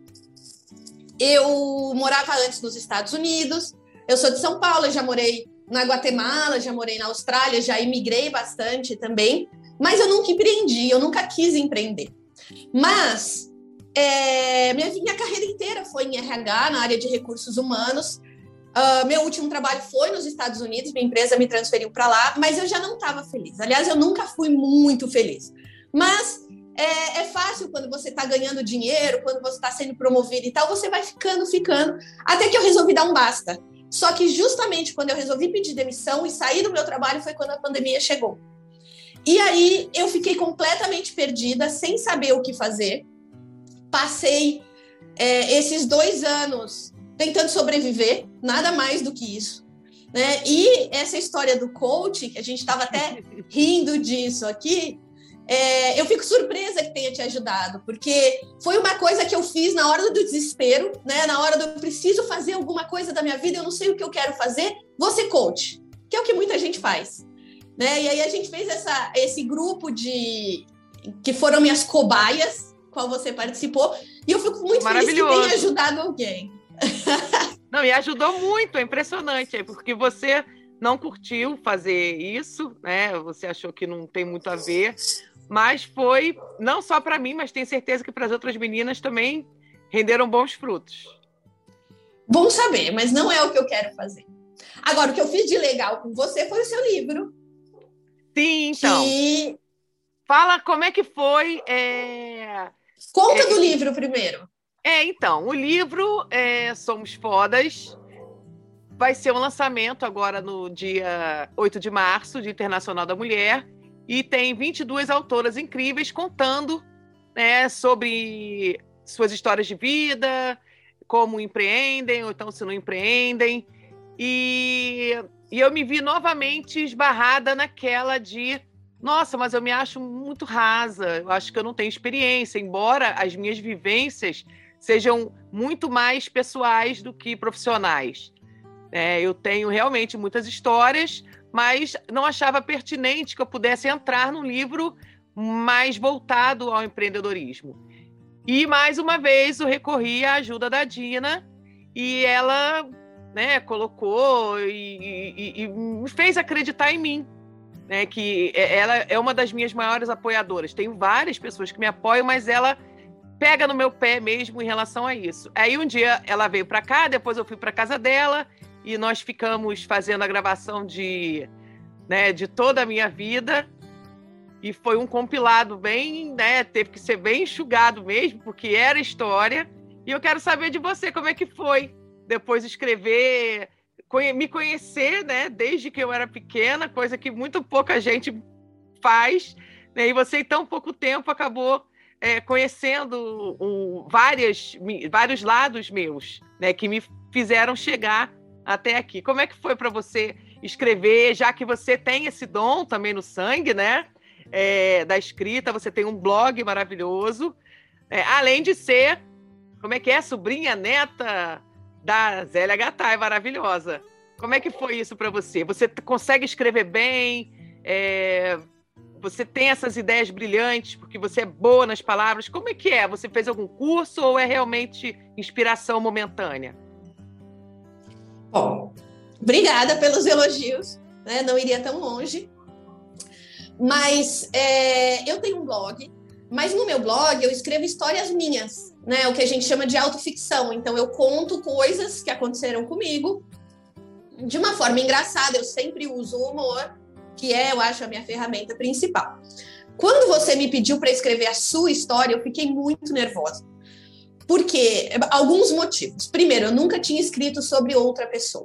Eu morava antes nos Estados Unidos, eu sou de São Paulo, eu já morei na Guatemala, já morei na Austrália, já imigrei bastante também, mas eu nunca empreendi, eu nunca quis empreender. Mas minha carreira inteira foi em RH, na área de recursos humanos. Meu último trabalho foi nos Estados Unidos, minha empresa me transferiu para lá, mas eu já não estava feliz. Aliás, eu nunca fui muito feliz. Mas é fácil quando você está ganhando dinheiro, quando você está sendo promovido e tal, você vai ficando, até que eu resolvi dar um basta. Só que justamente quando eu resolvi pedir demissão e sair do meu trabalho foi quando a pandemia chegou. E aí eu fiquei completamente perdida, sem saber o que fazer. Passei esses 2 anos tentando sobreviver, nada mais do que isso, né? E essa história do coaching, que a gente estava até rindo disso aqui, eu fico surpresa que tenha te ajudado, porque foi uma coisa que eu fiz na hora do desespero, né? Na hora do preciso fazer alguma coisa da minha vida, eu não sei o que eu quero fazer, vou ser coach, que é o que muita gente faz, né? E aí a gente fez esse grupo que foram minhas cobaias, qual você participou, e eu fico muito feliz que tenha ajudado alguém. Não, e ajudou muito, é impressionante, porque você não curtiu fazer isso, né? Você achou que não tem muito a ver, mas foi, não só para mim, mas tenho certeza que para as outras meninas também renderam bons frutos. Bom saber, mas não é o que eu quero fazer. Agora, o que eu fiz de legal com você foi o seu livro. Sim, então. Fala como é que foi. Conta do livro primeiro. Então, o livro Somos Fodas vai ser um lançamento agora no dia 8 de março, Dia Internacional da Mulher, e tem 22 autoras incríveis contando, né, sobre suas histórias de vida, como empreendem, ou então se não empreendem. E eu me vi novamente esbarrada naquela de, nossa, mas eu me acho muito rasa, eu acho que eu não tenho experiência, embora as minhas vivências sejam muito mais pessoais do que profissionais. Eu tenho realmente muitas histórias, mas não achava pertinente que eu pudesse entrar num livro mais voltado ao empreendedorismo. E, mais uma vez, eu recorri à ajuda da Dina, e ela, né, colocou e me fez acreditar em mim, né, que ela é uma das minhas maiores apoiadoras. Tenho várias pessoas que me apoiam, mas ela pega no meu pé mesmo em relação a isso. Aí um dia ela veio para cá, depois eu fui para casa dela, e nós ficamos fazendo a gravação de toda a minha vida, e foi um compilado bem, né, teve que ser bem enxugado mesmo, porque era história, e eu quero saber de você, como é que foi depois escrever, me conhecer, né, desde que eu era pequena, coisa que muito pouca gente faz, né, e você em tão pouco tempo acabou conhecendo vários lados meus, né, que me fizeram chegar até aqui. Como é que foi para você escrever, já que você tem esse dom também no sangue, né? Da escrita, você tem um blog maravilhoso, além de ser, como é que é? Sobrinha, neta da Zélia Gattai, maravilhosa. Como é que foi isso para você? Você consegue escrever bem? Você tem essas ideias brilhantes porque você é boa nas palavras? Como é que é? Você fez algum curso ou é realmente inspiração momentânea? Bom, obrigada pelos elogios, né? Não iria tão longe. Mas eu tenho um blog, mas no meu blog eu escrevo histórias minhas, né? O que a gente chama de autoficção. Então eu conto coisas que aconteceram comigo de uma forma engraçada. Eu sempre uso o humor, que eu acho, a minha ferramenta principal. Quando você me pediu para escrever a sua história, eu fiquei muito nervosa. Porque alguns motivos. Primeiro, eu nunca tinha escrito sobre outra pessoa.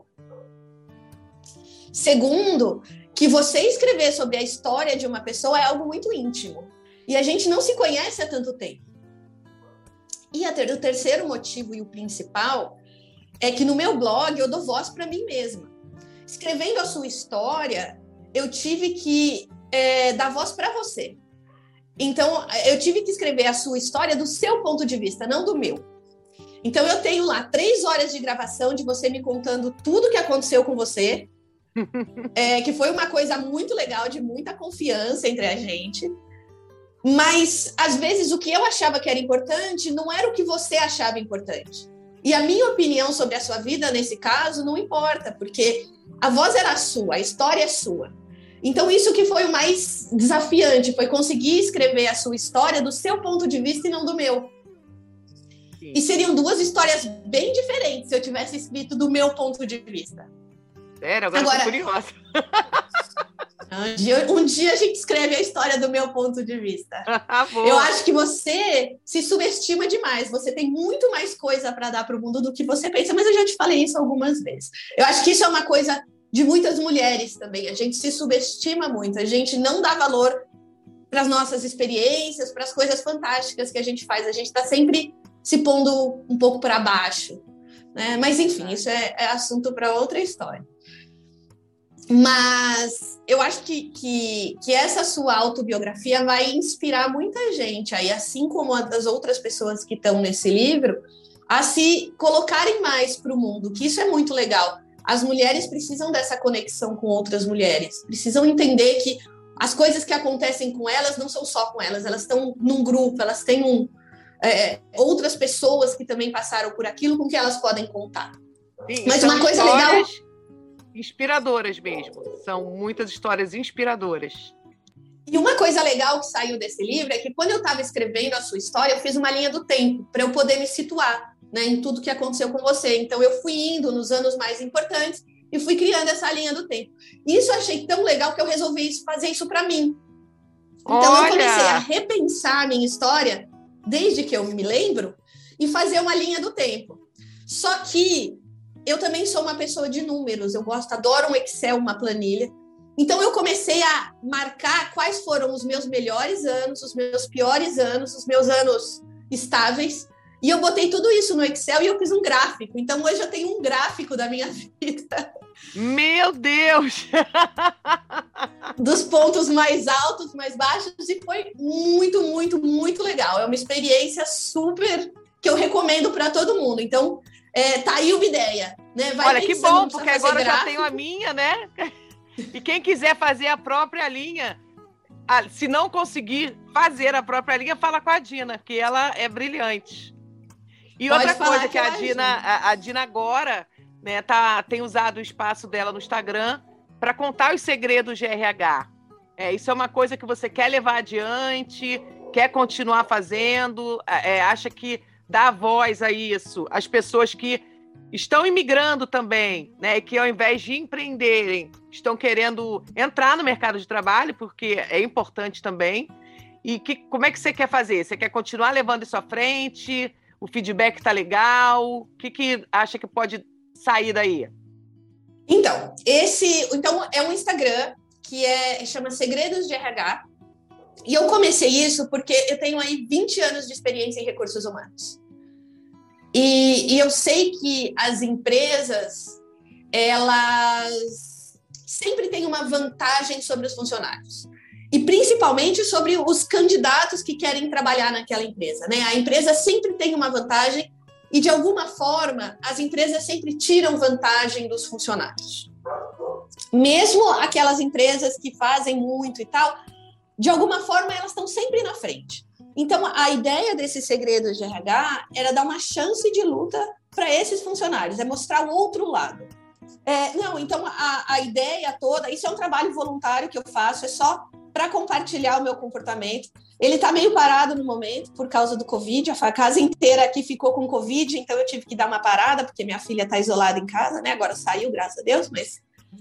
Segundo, que você escrever sobre a história de uma pessoa é algo muito íntimo. E a gente não se conhece há tanto tempo. E o terceiro motivo e o principal é que no meu blog eu dou voz para mim mesma. Escrevendo a sua história, eu tive que dar voz para você. Então, eu tive que escrever a sua história do seu ponto de vista, não do meu. Então, eu tenho lá 3 horas de gravação de você me contando tudo que aconteceu com você, que foi uma coisa muito legal, de muita confiança entre a gente. Mas, às vezes, o que eu achava que era importante não era o que você achava importante. E a minha opinião sobre a sua vida, nesse caso, não importa, porque a voz era sua, a história é sua. Então, isso que foi o mais desafiante, foi conseguir escrever a sua história do seu ponto de vista e não do meu. Sim. E seriam 2 histórias bem diferentes se eu tivesse escrito do meu ponto de vista. Sério? Agora eu tô curiosa. Um dia a gente escreve a história do meu ponto de vista. Eu acho que você se subestima demais. Você tem muito mais coisa para dar para o mundo do que você pensa, mas eu já te falei isso algumas vezes. Eu acho que isso é uma coisa de muitas mulheres também. A gente se subestima muito, a gente não dá valor para as nossas experiências, para as coisas fantásticas que a gente faz. A gente está sempre se pondo um pouco para baixo, né? Mas, enfim, isso é assunto para outra história. Mas eu acho que essa sua autobiografia vai inspirar muita gente, aí, assim como as outras pessoas que estão nesse livro, a se colocarem mais para o mundo, que isso é muito legal. As mulheres precisam dessa conexão com outras mulheres, precisam entender que as coisas que acontecem com elas não são só com elas estão num grupo, elas têm outras pessoas que também passaram por aquilo com que elas podem contar. Sim, mas uma coisa legal... inspiradoras mesmo, são muitas histórias inspiradoras. E uma coisa legal que saiu desse livro é que quando eu estava escrevendo a sua história, eu fiz uma linha do tempo para eu poder me situar, né, em tudo que aconteceu com você. Então eu fui indo nos anos mais importantes e fui criando essa linha do tempo. E isso eu achei tão legal que eu resolvi fazer isso para mim. Então eu comecei a repensar a minha história desde que eu me lembro e fazer uma linha do tempo. Só que eu também sou uma pessoa de números, adoro um Excel, uma planilha. Então eu comecei a marcar quais foram os meus melhores anos, os meus piores anos, os meus anos estáveis. E eu botei tudo isso no Excel e eu fiz um gráfico. Então hoje eu tenho um gráfico da minha vida. Meu Deus! Dos pontos mais altos, mais baixos, e foi muito, muito, muito legal. É uma experiência super que eu recomendo para todo mundo. Então, tá aí uma ideia, né? Olha, que bom, porque agora eu já tenho a minha, né? E quem quiser fazer a própria linha, se não conseguir fazer a própria linha, fala com a Dina, que ela é brilhante. E outra coisa que a Dina agora, né, tem usado o espaço dela no Instagram para contar os segredos de RH. Isso é uma coisa que você quer levar adiante, quer continuar fazendo, acha que dá voz a isso, as pessoas que estão imigrando também, né, que ao invés de empreenderem, estão querendo entrar no mercado de trabalho, porque é importante também. E como é que você quer fazer? Você quer continuar levando isso à frente? O feedback tá legal? O que acha que pode sair daí? Então é um Instagram que chama Segredos de RH. E eu comecei isso porque eu tenho aí 20 anos de experiência em recursos humanos. E eu sei que as empresas, elas sempre têm uma vantagem sobre os funcionários. E principalmente sobre os candidatos que querem trabalhar naquela empresa, né? A empresa sempre tem uma vantagem e, de alguma forma, as empresas sempre tiram vantagem dos funcionários. Mesmo aquelas empresas que fazem muito e tal, de alguma forma, elas estão sempre na frente. Então, a ideia desses segredos de RH era dar uma chance de luta para esses funcionários, mostrar o outro lado. Então, a ideia toda, isso é um trabalho voluntário que eu faço, é só para compartilhar o meu comportamento. Ele está meio parado no momento por causa do Covid, a casa inteira aqui ficou com Covid, então eu tive que dar uma parada, porque minha filha está isolada em casa, né? Agora saiu, graças a Deus, mas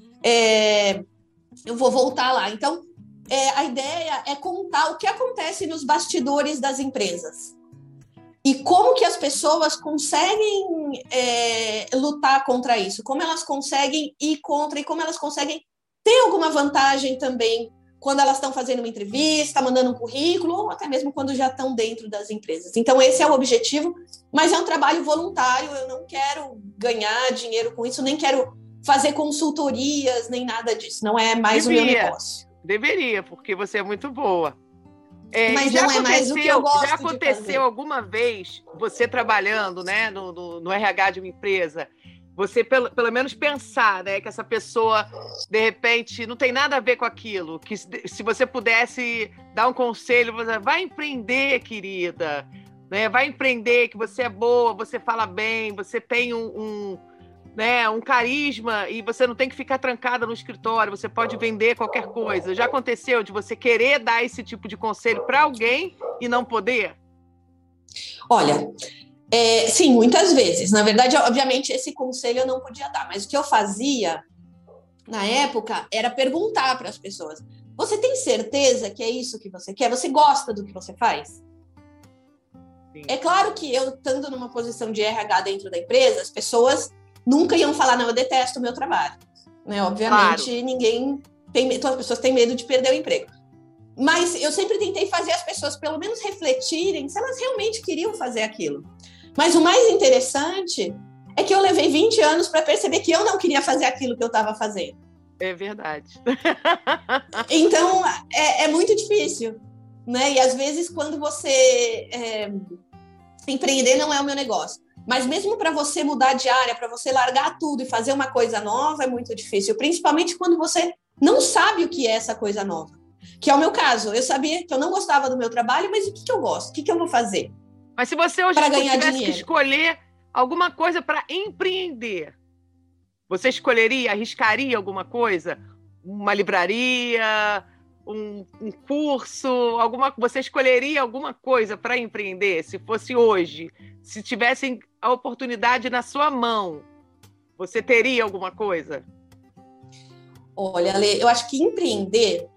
eu vou voltar lá. Então, a ideia é contar o que acontece nos bastidores das empresas e como que as pessoas conseguem lutar contra isso, como elas conseguem ir contra e como elas conseguem ter alguma vantagem também quando elas estão fazendo uma entrevista, mandando um currículo, ou até mesmo quando já estão dentro das empresas. Então, esse é o objetivo, mas é um trabalho voluntário, eu não quero ganhar dinheiro com isso, nem quero fazer consultorias, nem nada disso, não é mais o meu negócio. Deveria, porque você é muito boa. Mas não é mais o que eu gosto de fazer. Já aconteceu alguma vez, você trabalhando, né, no RH de uma empresa, você pelo menos pensar, né, que essa pessoa, de repente, não tem nada a ver com aquilo, que se você pudesse dar um conselho, você vai empreender, querida, né, vai empreender, que você é boa, você fala bem, você tem um carisma e você não tem que ficar trancada no escritório, você pode vender qualquer coisa. Já aconteceu de você querer dar esse tipo de conselho para alguém e não poder? Olha, sim, muitas vezes. Na verdade, obviamente, esse conselho eu não podia dar, mas o que eu fazia na época era perguntar para as pessoas: você tem certeza que é isso que você quer? Você gosta do que você faz? Sim. É claro que eu, estando numa posição de RH dentro da empresa, as pessoas nunca iam falar, não, eu detesto o meu trabalho. Né? Obviamente, claro. Todas as pessoas têm medo de perder o emprego. Mas eu sempre tentei fazer as pessoas, pelo menos, refletirem se elas realmente queriam fazer aquilo. Mas o mais interessante é que eu levei 20 anos para perceber que eu não queria fazer aquilo que eu estava fazendo. É verdade. Então, é muito difícil, né? E às vezes, quando você empreender não é o meu negócio. Mas mesmo para você mudar de área, para você largar tudo e fazer uma coisa nova, é muito difícil. Principalmente quando você não sabe o que é essa coisa nova. Que é o meu caso. Eu sabia que eu não gostava do meu trabalho, mas o que eu gosto? O que eu vou fazer? Mas se você hoje tivesse que escolher alguma coisa para empreender, você escolheria, arriscaria alguma coisa? Uma livraria, um curso, você escolheria alguma coisa para empreender, se fosse hoje? Se tivessem a oportunidade na sua mão, você teria alguma coisa? Olha, Ale, eu acho que empreender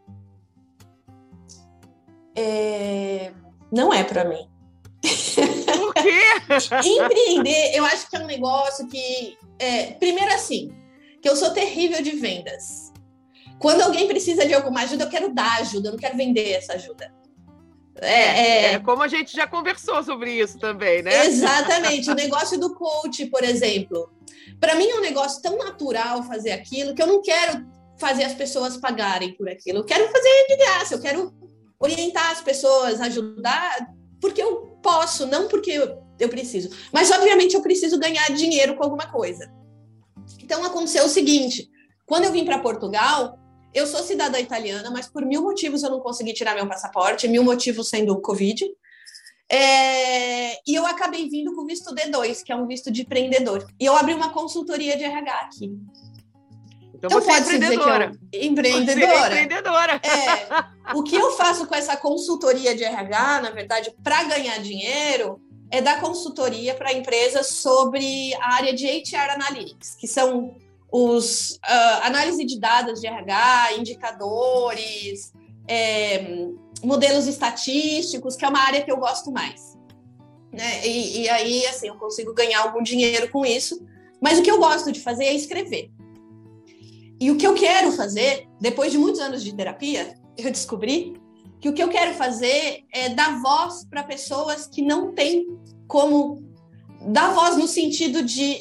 não é para mim. Por quê? Empreender, eu acho que é um negócio que... primeiro assim, que eu sou terrível de vendas. Quando alguém precisa de alguma ajuda, eu quero dar ajuda, eu não quero vender essa ajuda. Como a gente já conversou sobre isso também, né? Exatamente. O negócio do coach, por exemplo. Para mim é um negócio tão natural fazer aquilo que eu não quero fazer as pessoas pagarem por aquilo. Eu quero fazer de graça, eu quero orientar as pessoas, ajudar, porque eu posso, não porque eu preciso. Mas, obviamente, eu preciso ganhar dinheiro com alguma coisa. Então, aconteceu o seguinte. Quando eu vim para Portugal, eu sou cidadã italiana, mas por 1000 motivos eu não consegui tirar meu passaporte, 1000 motivos sendo o Covid. E eu acabei vindo com o visto D2, que é um visto de empreendedor. E eu abri uma consultoria de RH aqui. Então você é empreendedora. Empreendedora. Você é empreendedora. O que eu faço com essa consultoria de RH, na verdade, para ganhar dinheiro, é dar consultoria para empresas sobre a área de HR Analytics, que são análise de dados de RH, indicadores, modelos estatísticos, que é uma área que eu gosto mais. Né? E aí, assim, eu consigo ganhar algum dinheiro com isso. Mas o que eu gosto de fazer é escrever. E o que eu quero fazer, depois de muitos anos de terapia, eu descobri que o que eu quero fazer é dar voz para pessoas que não têm como... Dar voz no sentido de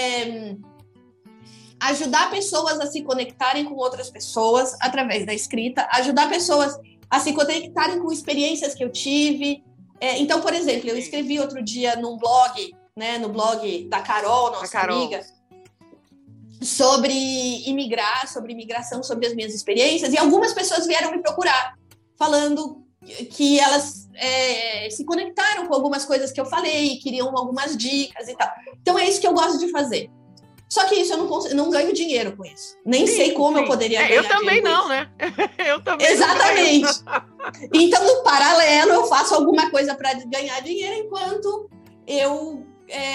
ajudar pessoas a se conectarem com outras pessoas através da escrita, ajudar pessoas a se conectarem com experiências que eu tive. Então, por exemplo, eu escrevi outro dia num blog, né, no blog da Carol, nossa amiga, sobre imigração, sobre as minhas experiências, e algumas pessoas vieram me procurar, falando que elas se conectaram com algumas coisas que eu falei, queriam algumas dicas e tal. Então é isso que eu gosto de fazer. Só que isso eu não ganho dinheiro com isso. Nem sei como eu poderia ganhar dinheiro. Eu também não, né? Eu também. Exatamente. Então, no paralelo, eu faço alguma coisa para ganhar dinheiro, enquanto eu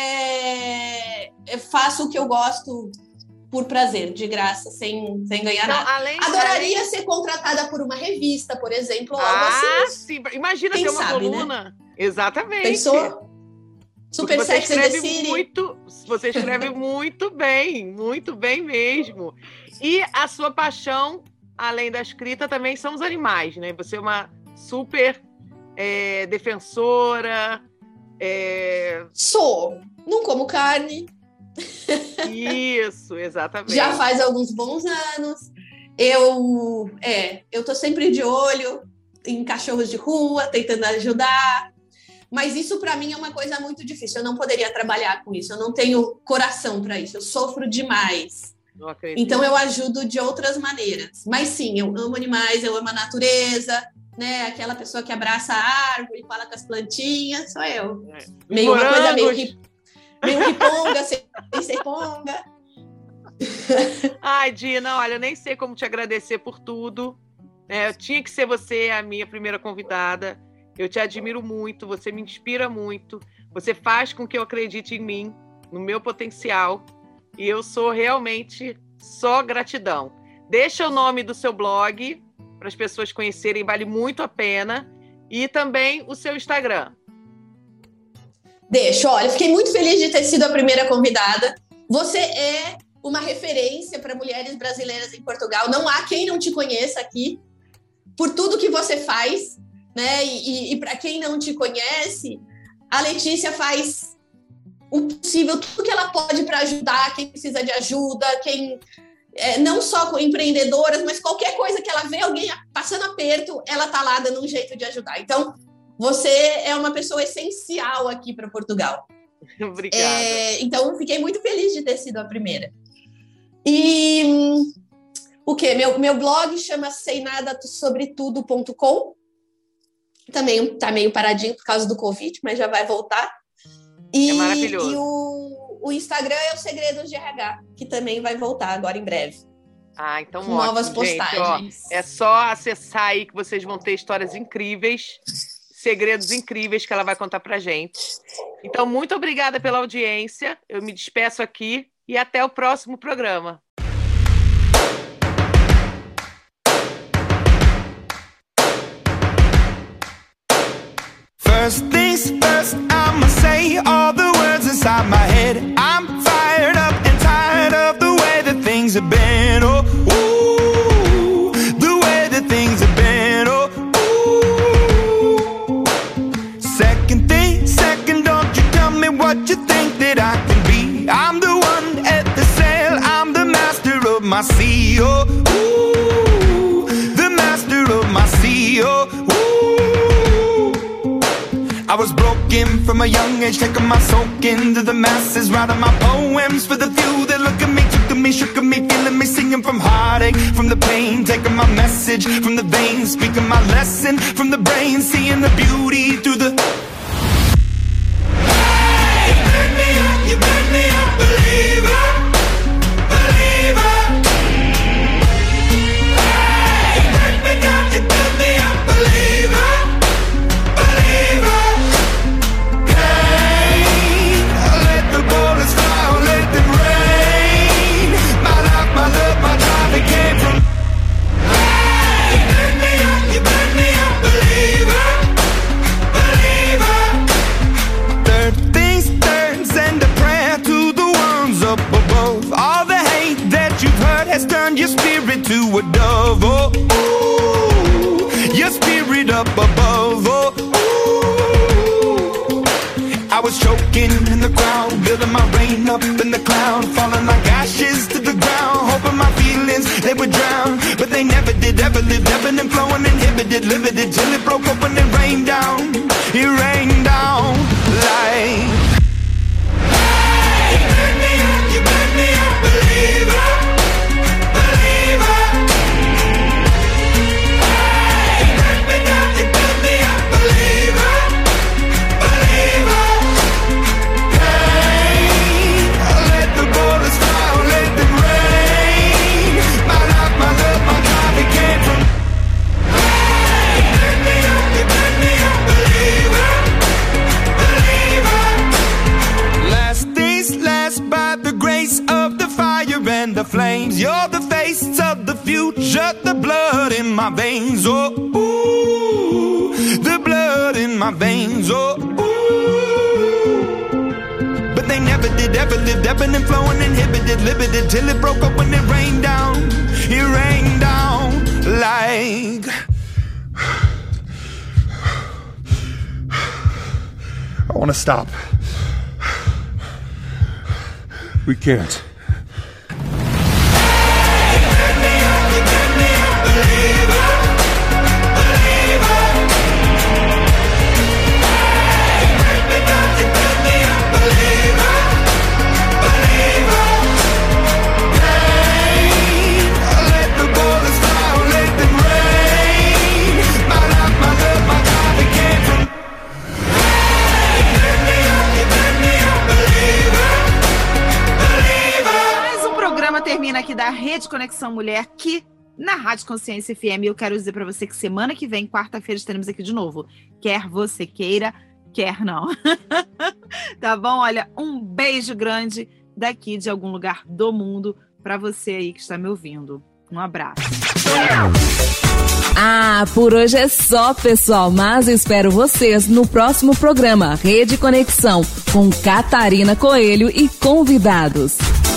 faço o que eu gosto por prazer, de graça, sem ganhar nada. Adoraria ser contratada por uma revista, por exemplo, algo assim. Sim. Imagina ter uma coluna. Né? Exatamente. Pensou? Super Sex and the City. Você escreve muito bem mesmo. E a sua paixão, além da escrita, também são os animais, né? Você é uma super defensora. Sou. Não como carne. Isso, exatamente. Já faz alguns bons anos. Eu tô sempre de olho em cachorros de rua, tentando ajudar. Mas isso, para mim, é uma coisa muito difícil. Eu não poderia trabalhar com isso. Eu não tenho coração para isso. Eu sofro demais. Então, eu ajudo de outras maneiras. Mas, sim, eu amo animais, eu amo a natureza, né? Aquela pessoa que abraça a árvore, fala com as plantinhas, sou eu. Meio uma coisa meio riponga, sem ser ponga. Ai, Dina, olha, eu nem sei como te agradecer por tudo. Tinha que ser você a minha primeira convidada. Eu te admiro muito, você me inspira muito, você faz com que eu acredite em mim, no meu potencial, e eu sou realmente só gratidão. Deixa o nome do seu blog para as pessoas conhecerem, vale muito a pena, e também o seu Instagram. Deixa, olha, fiquei muito feliz de ter sido a primeira convidada. Você é uma referência para mulheres brasileiras em Portugal, não há quem não te conheça aqui, por tudo que você faz. Né? E para quem não te conhece, a Letícia faz o possível, tudo que ela pode para ajudar quem precisa de ajuda, quem não só com empreendedoras, mas qualquer coisa que ela vê alguém passando aperto, ela tá lá dando um jeito de ajudar. Então, você é uma pessoa essencial aqui para Portugal. Obrigada. Então, fiquei muito feliz de ter sido a primeira. E o quê? Meu blog chama seinadasobretudo.com. Também tá meio paradinho por causa do Covid, mas já vai voltar. É maravilhoso. E o Instagram é o Segredos de RH, que também vai voltar agora em breve. Então com novas postagens. Gente, é só acessar aí que vocês vão ter histórias incríveis, segredos incríveis que ela vai contar pra gente. Então, muito obrigada pela audiência. Eu me despeço aqui e até o próximo programa. First things first, I'ma say all the words inside my head. I'm fired up and tired of the way that things have been. Oh, ooh, the way that things have been. Oh, ooh. Second thing, second, don't you tell me what you think that I can be. I'm the one at the sail, I'm the master of my sea. Oh, ooh, the master of my sea. Oh, ooh. I was broken from a young age, taking my soak into the masses, writing my poems for the few that look at me, took at me, shook at me, feeling me, singing from heartache, from the pain, taking my message from the veins, speaking my lesson from the brain, seeing the beauty through the... Hey, you made me a believer, believer. Hey, you made me down, you made me a believer, believer. Bullets fly, let them rain. My life, my love, my drive, it came from. Hey, you burn me up, believer, believer. Third things third, send a prayer to the ones up above. All the hate that you've heard has turned your spirit to a dove. Oh, ooh, your spirit up above. Oh, ooh. I was choking in the crowd, building my rain up in the cloud, falling like ashes to the ground, hoping my feelings, they would drown, but they never did, ever lived, ebbing and flowing, inhibited, limited, till it broke open and rained down, it rained down like... Hey, you made me a believer, believer. Hey, you made me down, you made me a believer, believer. Bullets fly, let them rain. My life, my love, my drive, it came from. Hey, you made me a believer, believer. Last things last, by the grace of the fire and the flames. You're the face of the future, the blood in my veins. Oh, ooh, the blood in my veins. Oh, ooh. They never did, ever lived, ebbing and flowing, inhibited, limited, till it broke up when it rained down like... I want to stop. We can't. Termina aqui da Rede Conexão Mulher, aqui na Rádio Consciência FM. Eu quero dizer para você que semana que vem, quarta-feira, estaremos aqui de novo. Quer você queira, quer não. Tá bom? Olha, um beijo grande daqui de algum lugar do mundo para você aí que está me ouvindo. Um abraço. Por hoje é só, pessoal, mas espero vocês no próximo programa Rede Conexão com Catarina Coelho e convidados.